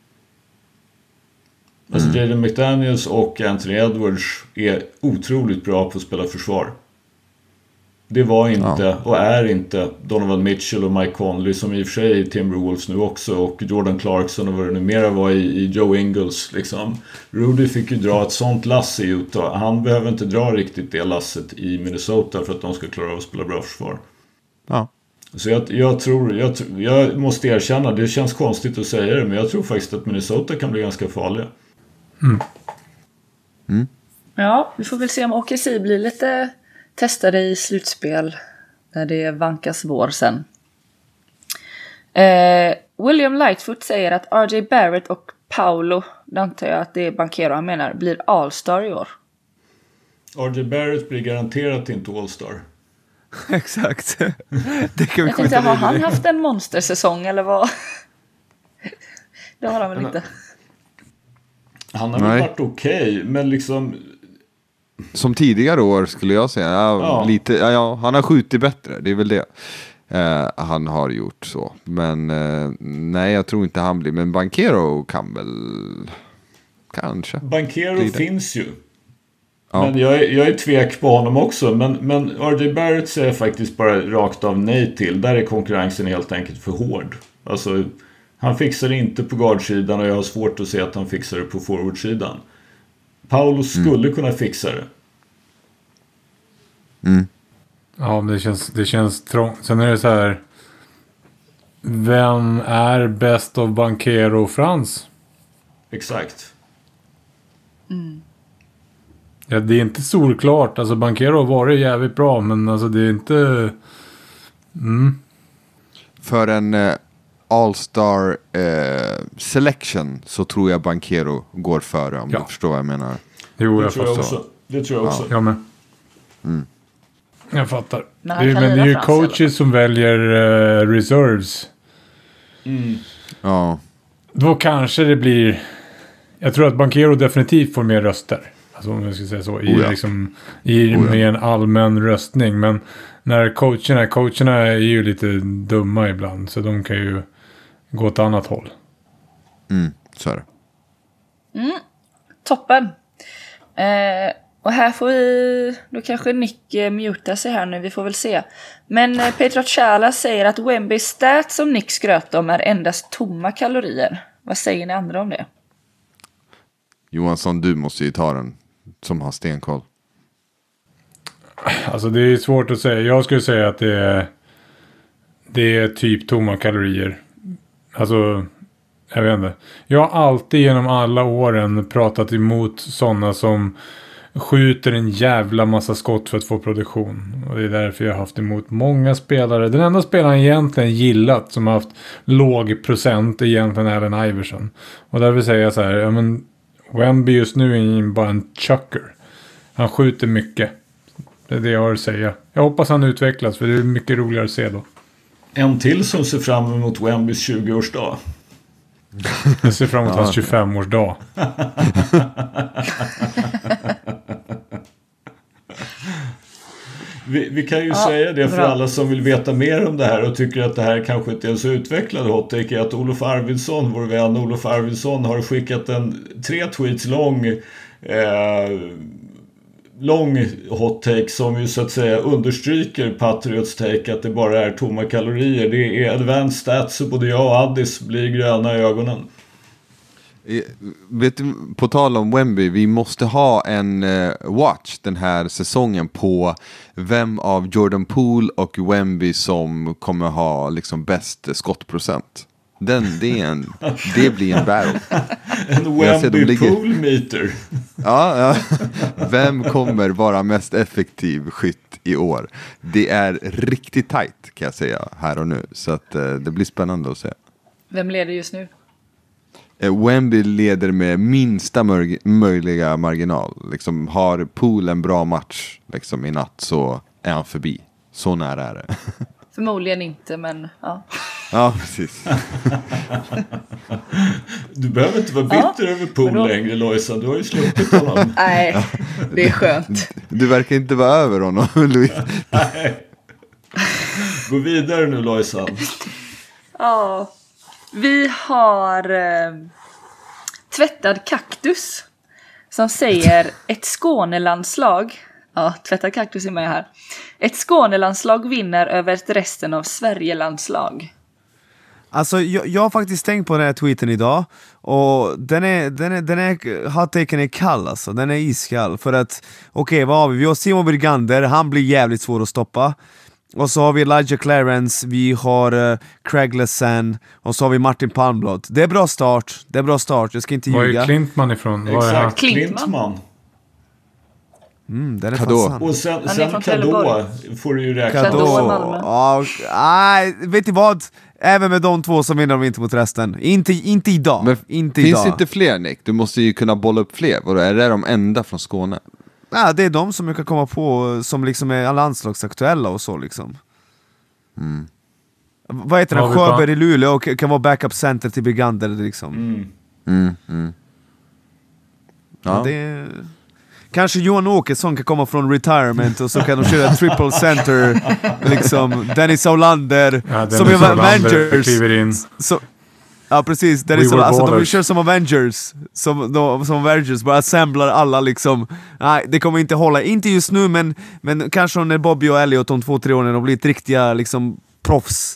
Alltså mm. Jaden McDaniels och Anthony Edwards är otroligt bra på att spela försvar. Det var inte, ja. och är inte, Donovan Mitchell och Mike Conley, som i och för sig är i Timberwolves nu också, och Jordan Clarkson och vad det numera var i, i Joe Ingles liksom. Rudy fick ju dra ett sånt lass i Utah. Han behöver inte dra riktigt det lasset i Minnesota för att de ska klara av att spela bra försvar. Ja. Så jag, jag tror, jag, jag måste erkänna, det känns konstigt att säga det, men jag tror faktiskt att Minnesota kan bli ganska farliga. Mm. Mm. Ja, vi får väl se om O K C blir lite testade i slutspel när det vankas vår sen. Eh, William Lightfoot säger att R J Barrett och Paolo, det antar jag att det är Banchero han menar, blir All-Star i år. R J Barrett blir garanterat inte All-Star. Exakt. Det kan vi Jag tänkte, skjuta har han vidare. haft en monstersäsong eller vad? Det har han väl Men- inte. Han har väl Nej. varit okej, men liksom... Som tidigare år skulle jag säga. Ja, Ja. Lite, ja, ja, han har skjutit bättre, det är väl det. Eh, han har gjort så. Men eh, nej, jag tror inte han blir. Men Banchero kan väl... Kanske. Banchero Blir det. finns ju. Ja. Men jag är, jag är tvek på honom också. Men, men R J Barrett säger faktiskt bara rakt av nej till. Där är konkurrensen helt enkelt för hård. Alltså, Han fixar det inte på guardsidan och jag har svårt att se att han fixar det på forwardsidan. Paolo skulle mm. kunna fixa det. Mm. Ja, det känns, det känns trångt. Sen är det så här, vem är bäst av Banchero och Frans? Exakt. Mm. Ja, det är inte solklart. Alltså Banchero har varit jävligt bra, men alltså det är inte... Mm. För en eh, All-Star eh, selection så tror jag Banchero går före, om ja. du förstår vad jag menar. Jo, det jag tror jag förstår. också. Det tror jag också. Ja, jag med. Mm. Jag fattar. Men, det, men det är ju coaches som väljer uh, reserves. Mm. Ja. Då kanske det blir... Jag tror att Banchero definitivt får mer röster. Alltså om jag ska säga så. I, oh ja. liksom, i oh ja. med en allmän röstning. Men när coacherna... Coacherna är ju lite dumma ibland. Så de kan ju gå åt annat håll. Mm, så är det. Mm. Toppen. Eh, och här får vi... Då kanske Nick eh, mutar sig här nu. Vi får väl se. Men eh, Petro Chala säger att Wemby stats som Nick skröt om är endast tomma kalorier. Vad säger ni andra om det? Johansson, du måste ju ta den som har stenkoll. Alltså det är svårt att säga. Jag skulle säga att det är... Det är typ tomma kalorier. Alltså... Jag vet inte. Jag har alltid genom alla åren pratat emot sådana som skjuter en jävla massa skott för att få produktion. Och det är därför jag har haft emot många spelare. Den enda spelaren egentligen gillat som har haft låg procent är egentligen Allen Iverson. Och därför säger jag så här, ja men Wemby just nu är bara en chucker. Han skjuter mycket. Det är det jag har att säga. Jag hoppas han utvecklas för det är mycket roligare att se då. En till som ser fram emot Wembys tjugoårsdag. Jag ser fram emot hans tjugofemårsdag. vi, vi kan ju ja, säga det för bra. alla som vill veta mer om det här och tycker att det här kanske inte är en så utvecklad hot take, att Olof Arvidsson, vår vän Olof Arvidsson, har skickat en tre tweets lång eh, lång hot take som ju så att säga understryker Patriots take att det bara är tomma kalorier. Det är advanced stats så både jag och Addis blir gröna i ögonen. Vet du, på tal om Wemby, vi måste ha en uh, watch den här säsongen på vem av Jordan Poole och Wemby som kommer ha liksom bäst skottprocent. Den, det, är en, det blir en battle. En Wemby ligger... Poole meter. Ja, ja. Vem kommer vara mest effektiv skytt i år? Det är riktigt tajt kan jag säga här och nu. Så att, uh, det blir spännande att se. Vem leder just nu? Wemby leder med minsta mör- möjliga marginal. Liksom, har Poole en bra match liksom, i natt så är han förbi. Så nära är det. Förmodligen inte, men ja. Ja, precis. Du behöver inte vara bitter ja, över Poole då... längre, Lojsan. Du har ju sluppit honom. Nej, det är skönt. Du verkar inte vara över honom, Louise. Nej. Gå vidare nu, Lojsan. Ja. Vi har eh, tvättad kaktus som säger ett Skånelandslag. Ja, tvättad kaktus är med här. Ett Skånelandslag vinner över ett resten av Sverigelandslag. Alltså jag, jag har faktiskt tänkt på den här tweeten idag. Och den är, den är, den är, hot-taken är kall alltså. Den är iskall. För att, okej okay, vad har vi? Vi har Simon Birgander, han blir jävligt svår att stoppa. Och så har vi Elijah Clarence, vi har uh, Craig Lessan och så har vi Martin Palmblad. Det är bra start, det är bra start, jag ska inte ljuga. Var är Klintman ifrån? Var Exakt, är han? Klintman. Mm, den är Kadå. fan Och sen, sen Kadå får du ju räkna. Kadå. Malmö. Ja, nej, vet du vad? Även med de två som vinner de inte mot resten. Inte, inte idag. Men inte finns idag. inte fler, Nick? Du måste ju kunna bolla upp fler. Vadå, är det de enda från Skåne? Ja, det är de som jag kan komma på som liksom är landslagsaktuella och så liksom. Mm. Vad heter den? Ja, Sjöberg i Luleå och kan vara backup center till Birgander liksom. Mm. Mm, mm. Ja. Ja, det är... Kanske Johan Åkesson kan komma från retirement och så kan de köra triple center liksom. Dennis Aulander ja, som är Avengers kliver in. så, ja precis, Dennis Aulander, alltså de kör som Avengers som, de, som Avengers, bara assemblar alla liksom. Nej, det kommer inte hålla, inte just nu men, men kanske när Bobby och Elliot om två, tre år när de blir ett riktiga liksom proffs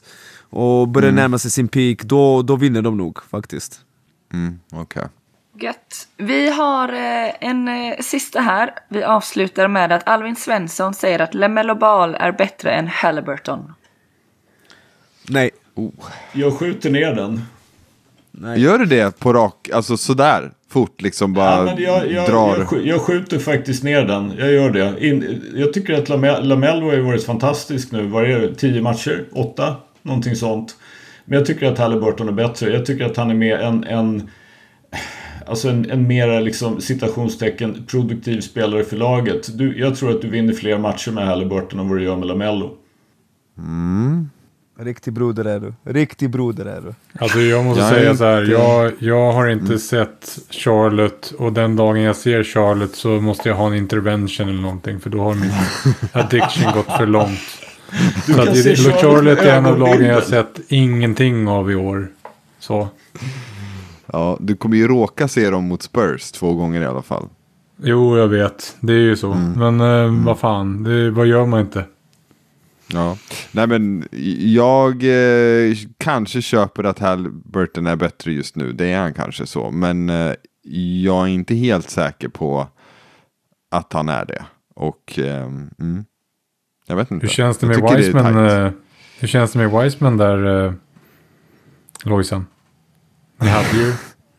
och börjar Mm. närma sig sin peak, då, då vinner de nog faktiskt. Mm, okej. Okay. Gött. Vi har eh, en eh, sista här. Vi avslutar med att Alvin Svensson säger att LaMelo Ball är bättre än Halliburton. Nej. Oh. Jag skjuter ner den. Nej. Gör du det på rak, alltså sådär fort liksom bara Ja, men jag, jag, drar? jag, sk- jag skjuter faktiskt ner den. Jag gör det. In, jag tycker att Lame- LaMelo har ju varit fantastisk nu. Varje tio matcher? Åtta? Någonting sånt. Men jag tycker att Halliburton är bättre. Jag tycker att han är med en... en Alltså en, en mera liksom citationstecken produktiv spelare för laget. Du, jag tror att du vinner fler matcher med Halliburton än vad du gör med LaMelo. Mm. Riktig broder är du. Riktig broder är du. Alltså jag måste Jag är säga inte- så här. Jag, jag har inte sett Charlotte. Och den dagen jag ser Charlotte så måste jag ha en intervention eller någonting. För då har min addiction gått för långt. Du Så kan att se det, Charlotte Charlotte med är en av lagen jag har ögonbilden. sett ingenting av i år. Så. Ja, du kommer ju råka se dem mot Spurs två gånger i alla fall. Jo, jag vet. Det är ju så. Men eh, vad fan. Det, vad gör man inte? Ja, nej men jag eh, kanske köper att Halliburton är bättre just nu. Det är han kanske så. Men eh, jag är inte helt säker på att han är det. Och eh, mm, jag vet inte. Hur känns det Jag med tycker Wiseman? det är tight. eh, hur känns det med Wiseman där, eh, Lojsan? Ni hade ju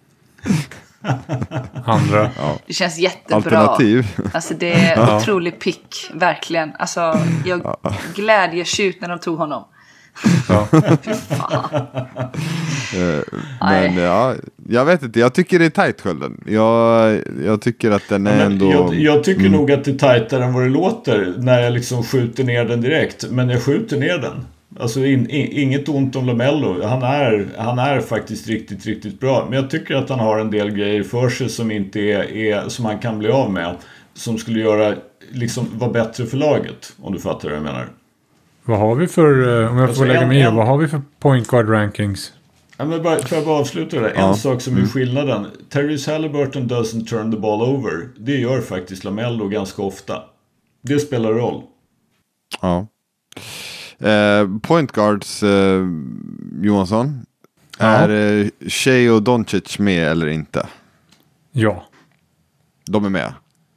andra. Det känns jättebra. Alternativ. Alltså det är otrolig pick, verkligen. Alltså jag glädjetjut när de tog honom. Ja. Fy fan. Eh, men ja, jag vet inte. Jag tycker det är tight, Skölden. Jag, jag tycker att den är Men ändå... jag, jag tycker nog att det är tajtare än vad det låter när jag liksom skjuter ner den direkt. Men jag skjuter ner den. Alltså in, in, inget ont om LaMelo. Han är, han är faktiskt riktigt, riktigt bra. Men jag tycker att han har en del grejer för sig som inte är, är som han kan bli av med. Som skulle göra, liksom, vara bättre för laget. Om du fattar vad jag menar. Vad har vi för, eh, om jag Alltså, får lägga en- mig i, en- vad har vi för point guard rankings? Ja, men bara, får jag bara avsluta det där? En Ja. sak som är skillnaden. Tyrese Halliburton doesn't turn the ball over. Det gör faktiskt LaMelo ganska ofta. Det spelar roll. Ja. Eh, point guards, eh, Johansson. Ja. Är eh, Shea och Doncic med eller inte? Ja. De är med.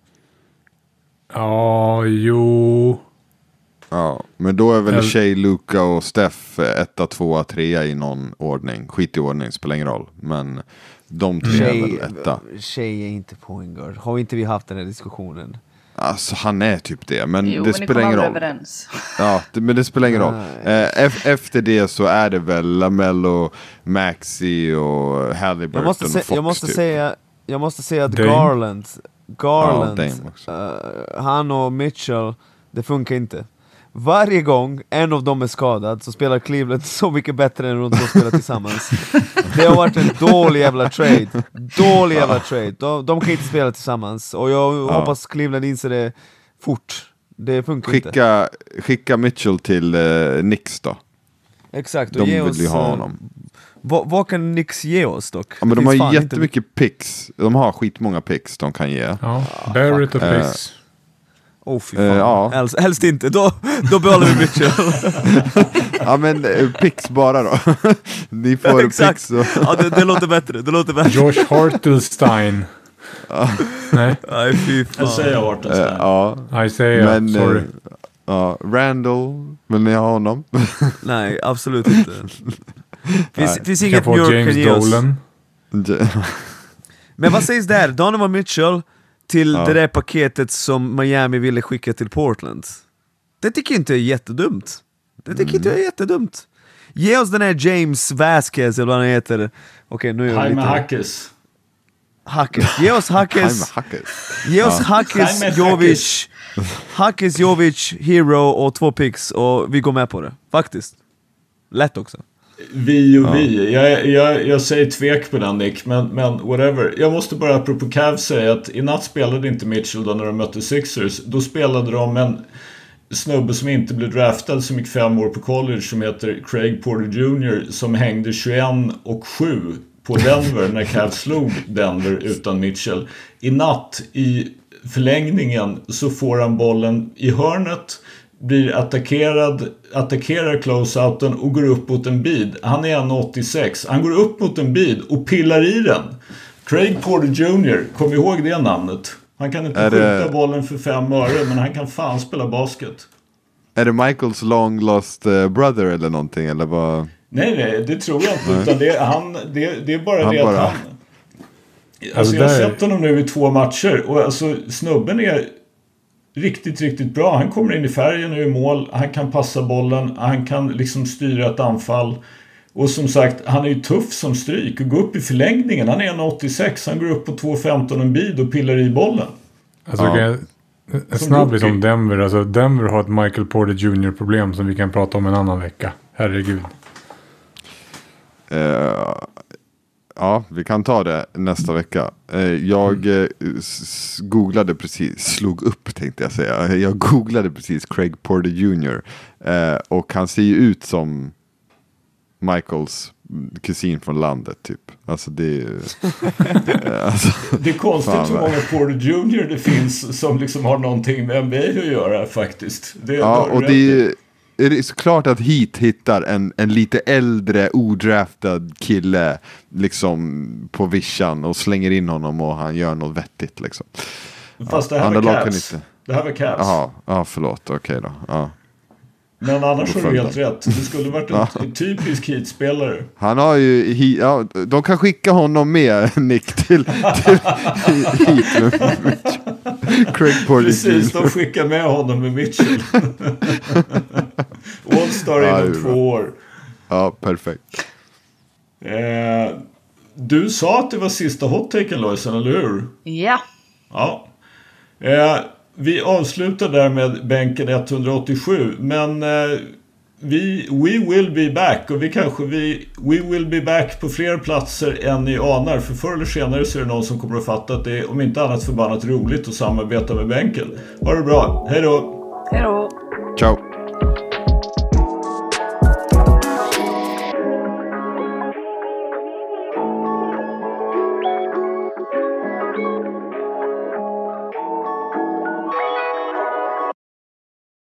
Ja, jo. Ja, men då är väl Eller- Shea, Luka och Steph eh, etta, tvåa, trea i någon ordning. Skit i ordning, spelar ingen roll. Men de tre är väl etta. Tjej är inte point guard. Har inte vi haft den här diskussionen? Alltså han är typ det, men Jo, det men ni spelar kommer ingen aldrig roll. överens. Ja, det, men det spelar ingen roll. Nej. Eh, ef- efter det så är det väl LaMelo, Maxi och Halliburton Jag måste, och se, Fox jag måste typ. säga, jag måste säga att Dame. Garland, Garland, Ja, Dame också. eh, han och Mitchell, det funkar inte. Varje gång en av dem är skadad så spelar Cleveland så mycket bättre än de två spelar tillsammans. Det har varit en dålig jävla trade. Dålig jävla trade. De, de kan inte spela tillsammans. Och jag hoppas Cleveland inser det fort. Det funkar inte. Skicka, skicka Mitchell till eh, Knicks då. Exakt. Och De ge vill oss, ju ha eh, honom. Vad, vad kan Knicks ge oss dock? Ja, men Det de finns har fan inte jättemycket picks. De har skitmånga picks de kan ge. Ja, Barrett och Eh, Pix. Åh oh, fy Eh, fan. ja. helst, helst inte, då, då behåller vi Mitchell. Ja men eh, picks bara då. Ni får Exakt. picks och... Ja, det, det låter bättre, det låter bättre. Josh Hartelstein. Nej, Nej fy fan. Jag säger Hartenstein. Eh, ja, Isaiah. men... Sorry. eh, ja, Randall, vill ni ha honom? Nej, absolut inte. Finns, finns Kan inget få New York James kan ge oss. Dolan. Men vad sägs där? Donovan Mitchell till Ja. det där paketet som Miami ville skicka till Portland. Det tycker jag inte är jättedumt. Det tycker inte jag är jättedumt. Ge oss den här James Vasquez eller vad han heter. Okej, nu är jag Jaime lite... Hackes. Hackes. Ge oss Hackes. Jaime Hackes. Ge oss Hackes, Jaime Jovic, Hackes, Jovic, Hero och två picks och vi går med på det. Faktiskt. Lätt också. Vi och vi. Jag, jag, jag säger tvek på den, Nick, men, men whatever. Jag måste bara apropå Cavs säga att i natt spelade inte Mitchell då när de mötte Sixers. Då spelade de en snubbe som inte blev draftad, som gick fem år på college, som heter Craig Porter junior, som hängde tjugoett och sju på Denver när Cavs slog Denver utan Mitchell. I natt i förlängningen så får han bollen i hörnet. blir attackerad, attackerar close-outen och går upp mot en bid. Han är en åttiosex. Han går upp mot en bid och pillar i den. Craig Porter junior, kom ihåg det namnet. Han kan inte är skjuta det... bollen för fem öre, men han kan fan spela basket. Är det Michaels long lost brother eller någonting? Eller vad? Nej, nej, det tror jag inte. Utan det, han, det, det är bara han det bara... att han... Alltså jag har sett honom nu i två matcher. Och alltså snubben är riktigt, riktigt bra. Han kommer in i färgen och i mål. Han kan passa bollen. Han kan liksom styra ett anfall. Och som sagt, han är ju tuff som stryk. Och går upp i förlängningen. Han är en åttiosex. Han går upp på två femton en bid och pillar i bollen. Alltså ja. jag, en snabbis om Denver. Alltså Denver har ett Michael Porter junior problem som vi kan prata om en annan vecka. Herregud. Uh, ja, vi kan ta det nästa vecka. Uh, jag uh, s- googlade precis, slog upp tänkte jag säga. Jag googlade precis Craig Porter junior Uh, och han ser ju ut som Michaels kusin från landet typ. Alltså det är alltså, det är konstigt hur många Porter junior det finns som liksom har någonting med N B A att göra faktiskt. Det, ja, och det är, är det såklart att Heat hittar en, en lite äldre odraftad kille liksom på vischan och slänger in honom och han gör något vettigt liksom. Fast det här var Cavs. Det här var Cavs. Jaha, ja förlåt, okej okay då. Ja. Men annars har du helt rätt. Det skulle varit en, ja. en typisk Heat-spelare. Han har ju... He, ja, de kan skicka honom med, Nick, till, till Heat. Craig Porter Precis, de skickar med honom med Mitchell. All-star ja, inom två år. Ja, perfekt. Eh, du sa att det var sista hot-taken, Lojsan, eller hur? Ja. Ja. Eh, Vi avslutar där med bänken etthundraåttiosju. Men eh, vi we will be back. Och vi kanske vi we will be back på fler platser än ni anar. För förr eller senare så är det någon som kommer att fatta att det är om inte annat förbannat roligt att samarbeta med bänken. Ha det bra. Hej då. Hej då. Ciao.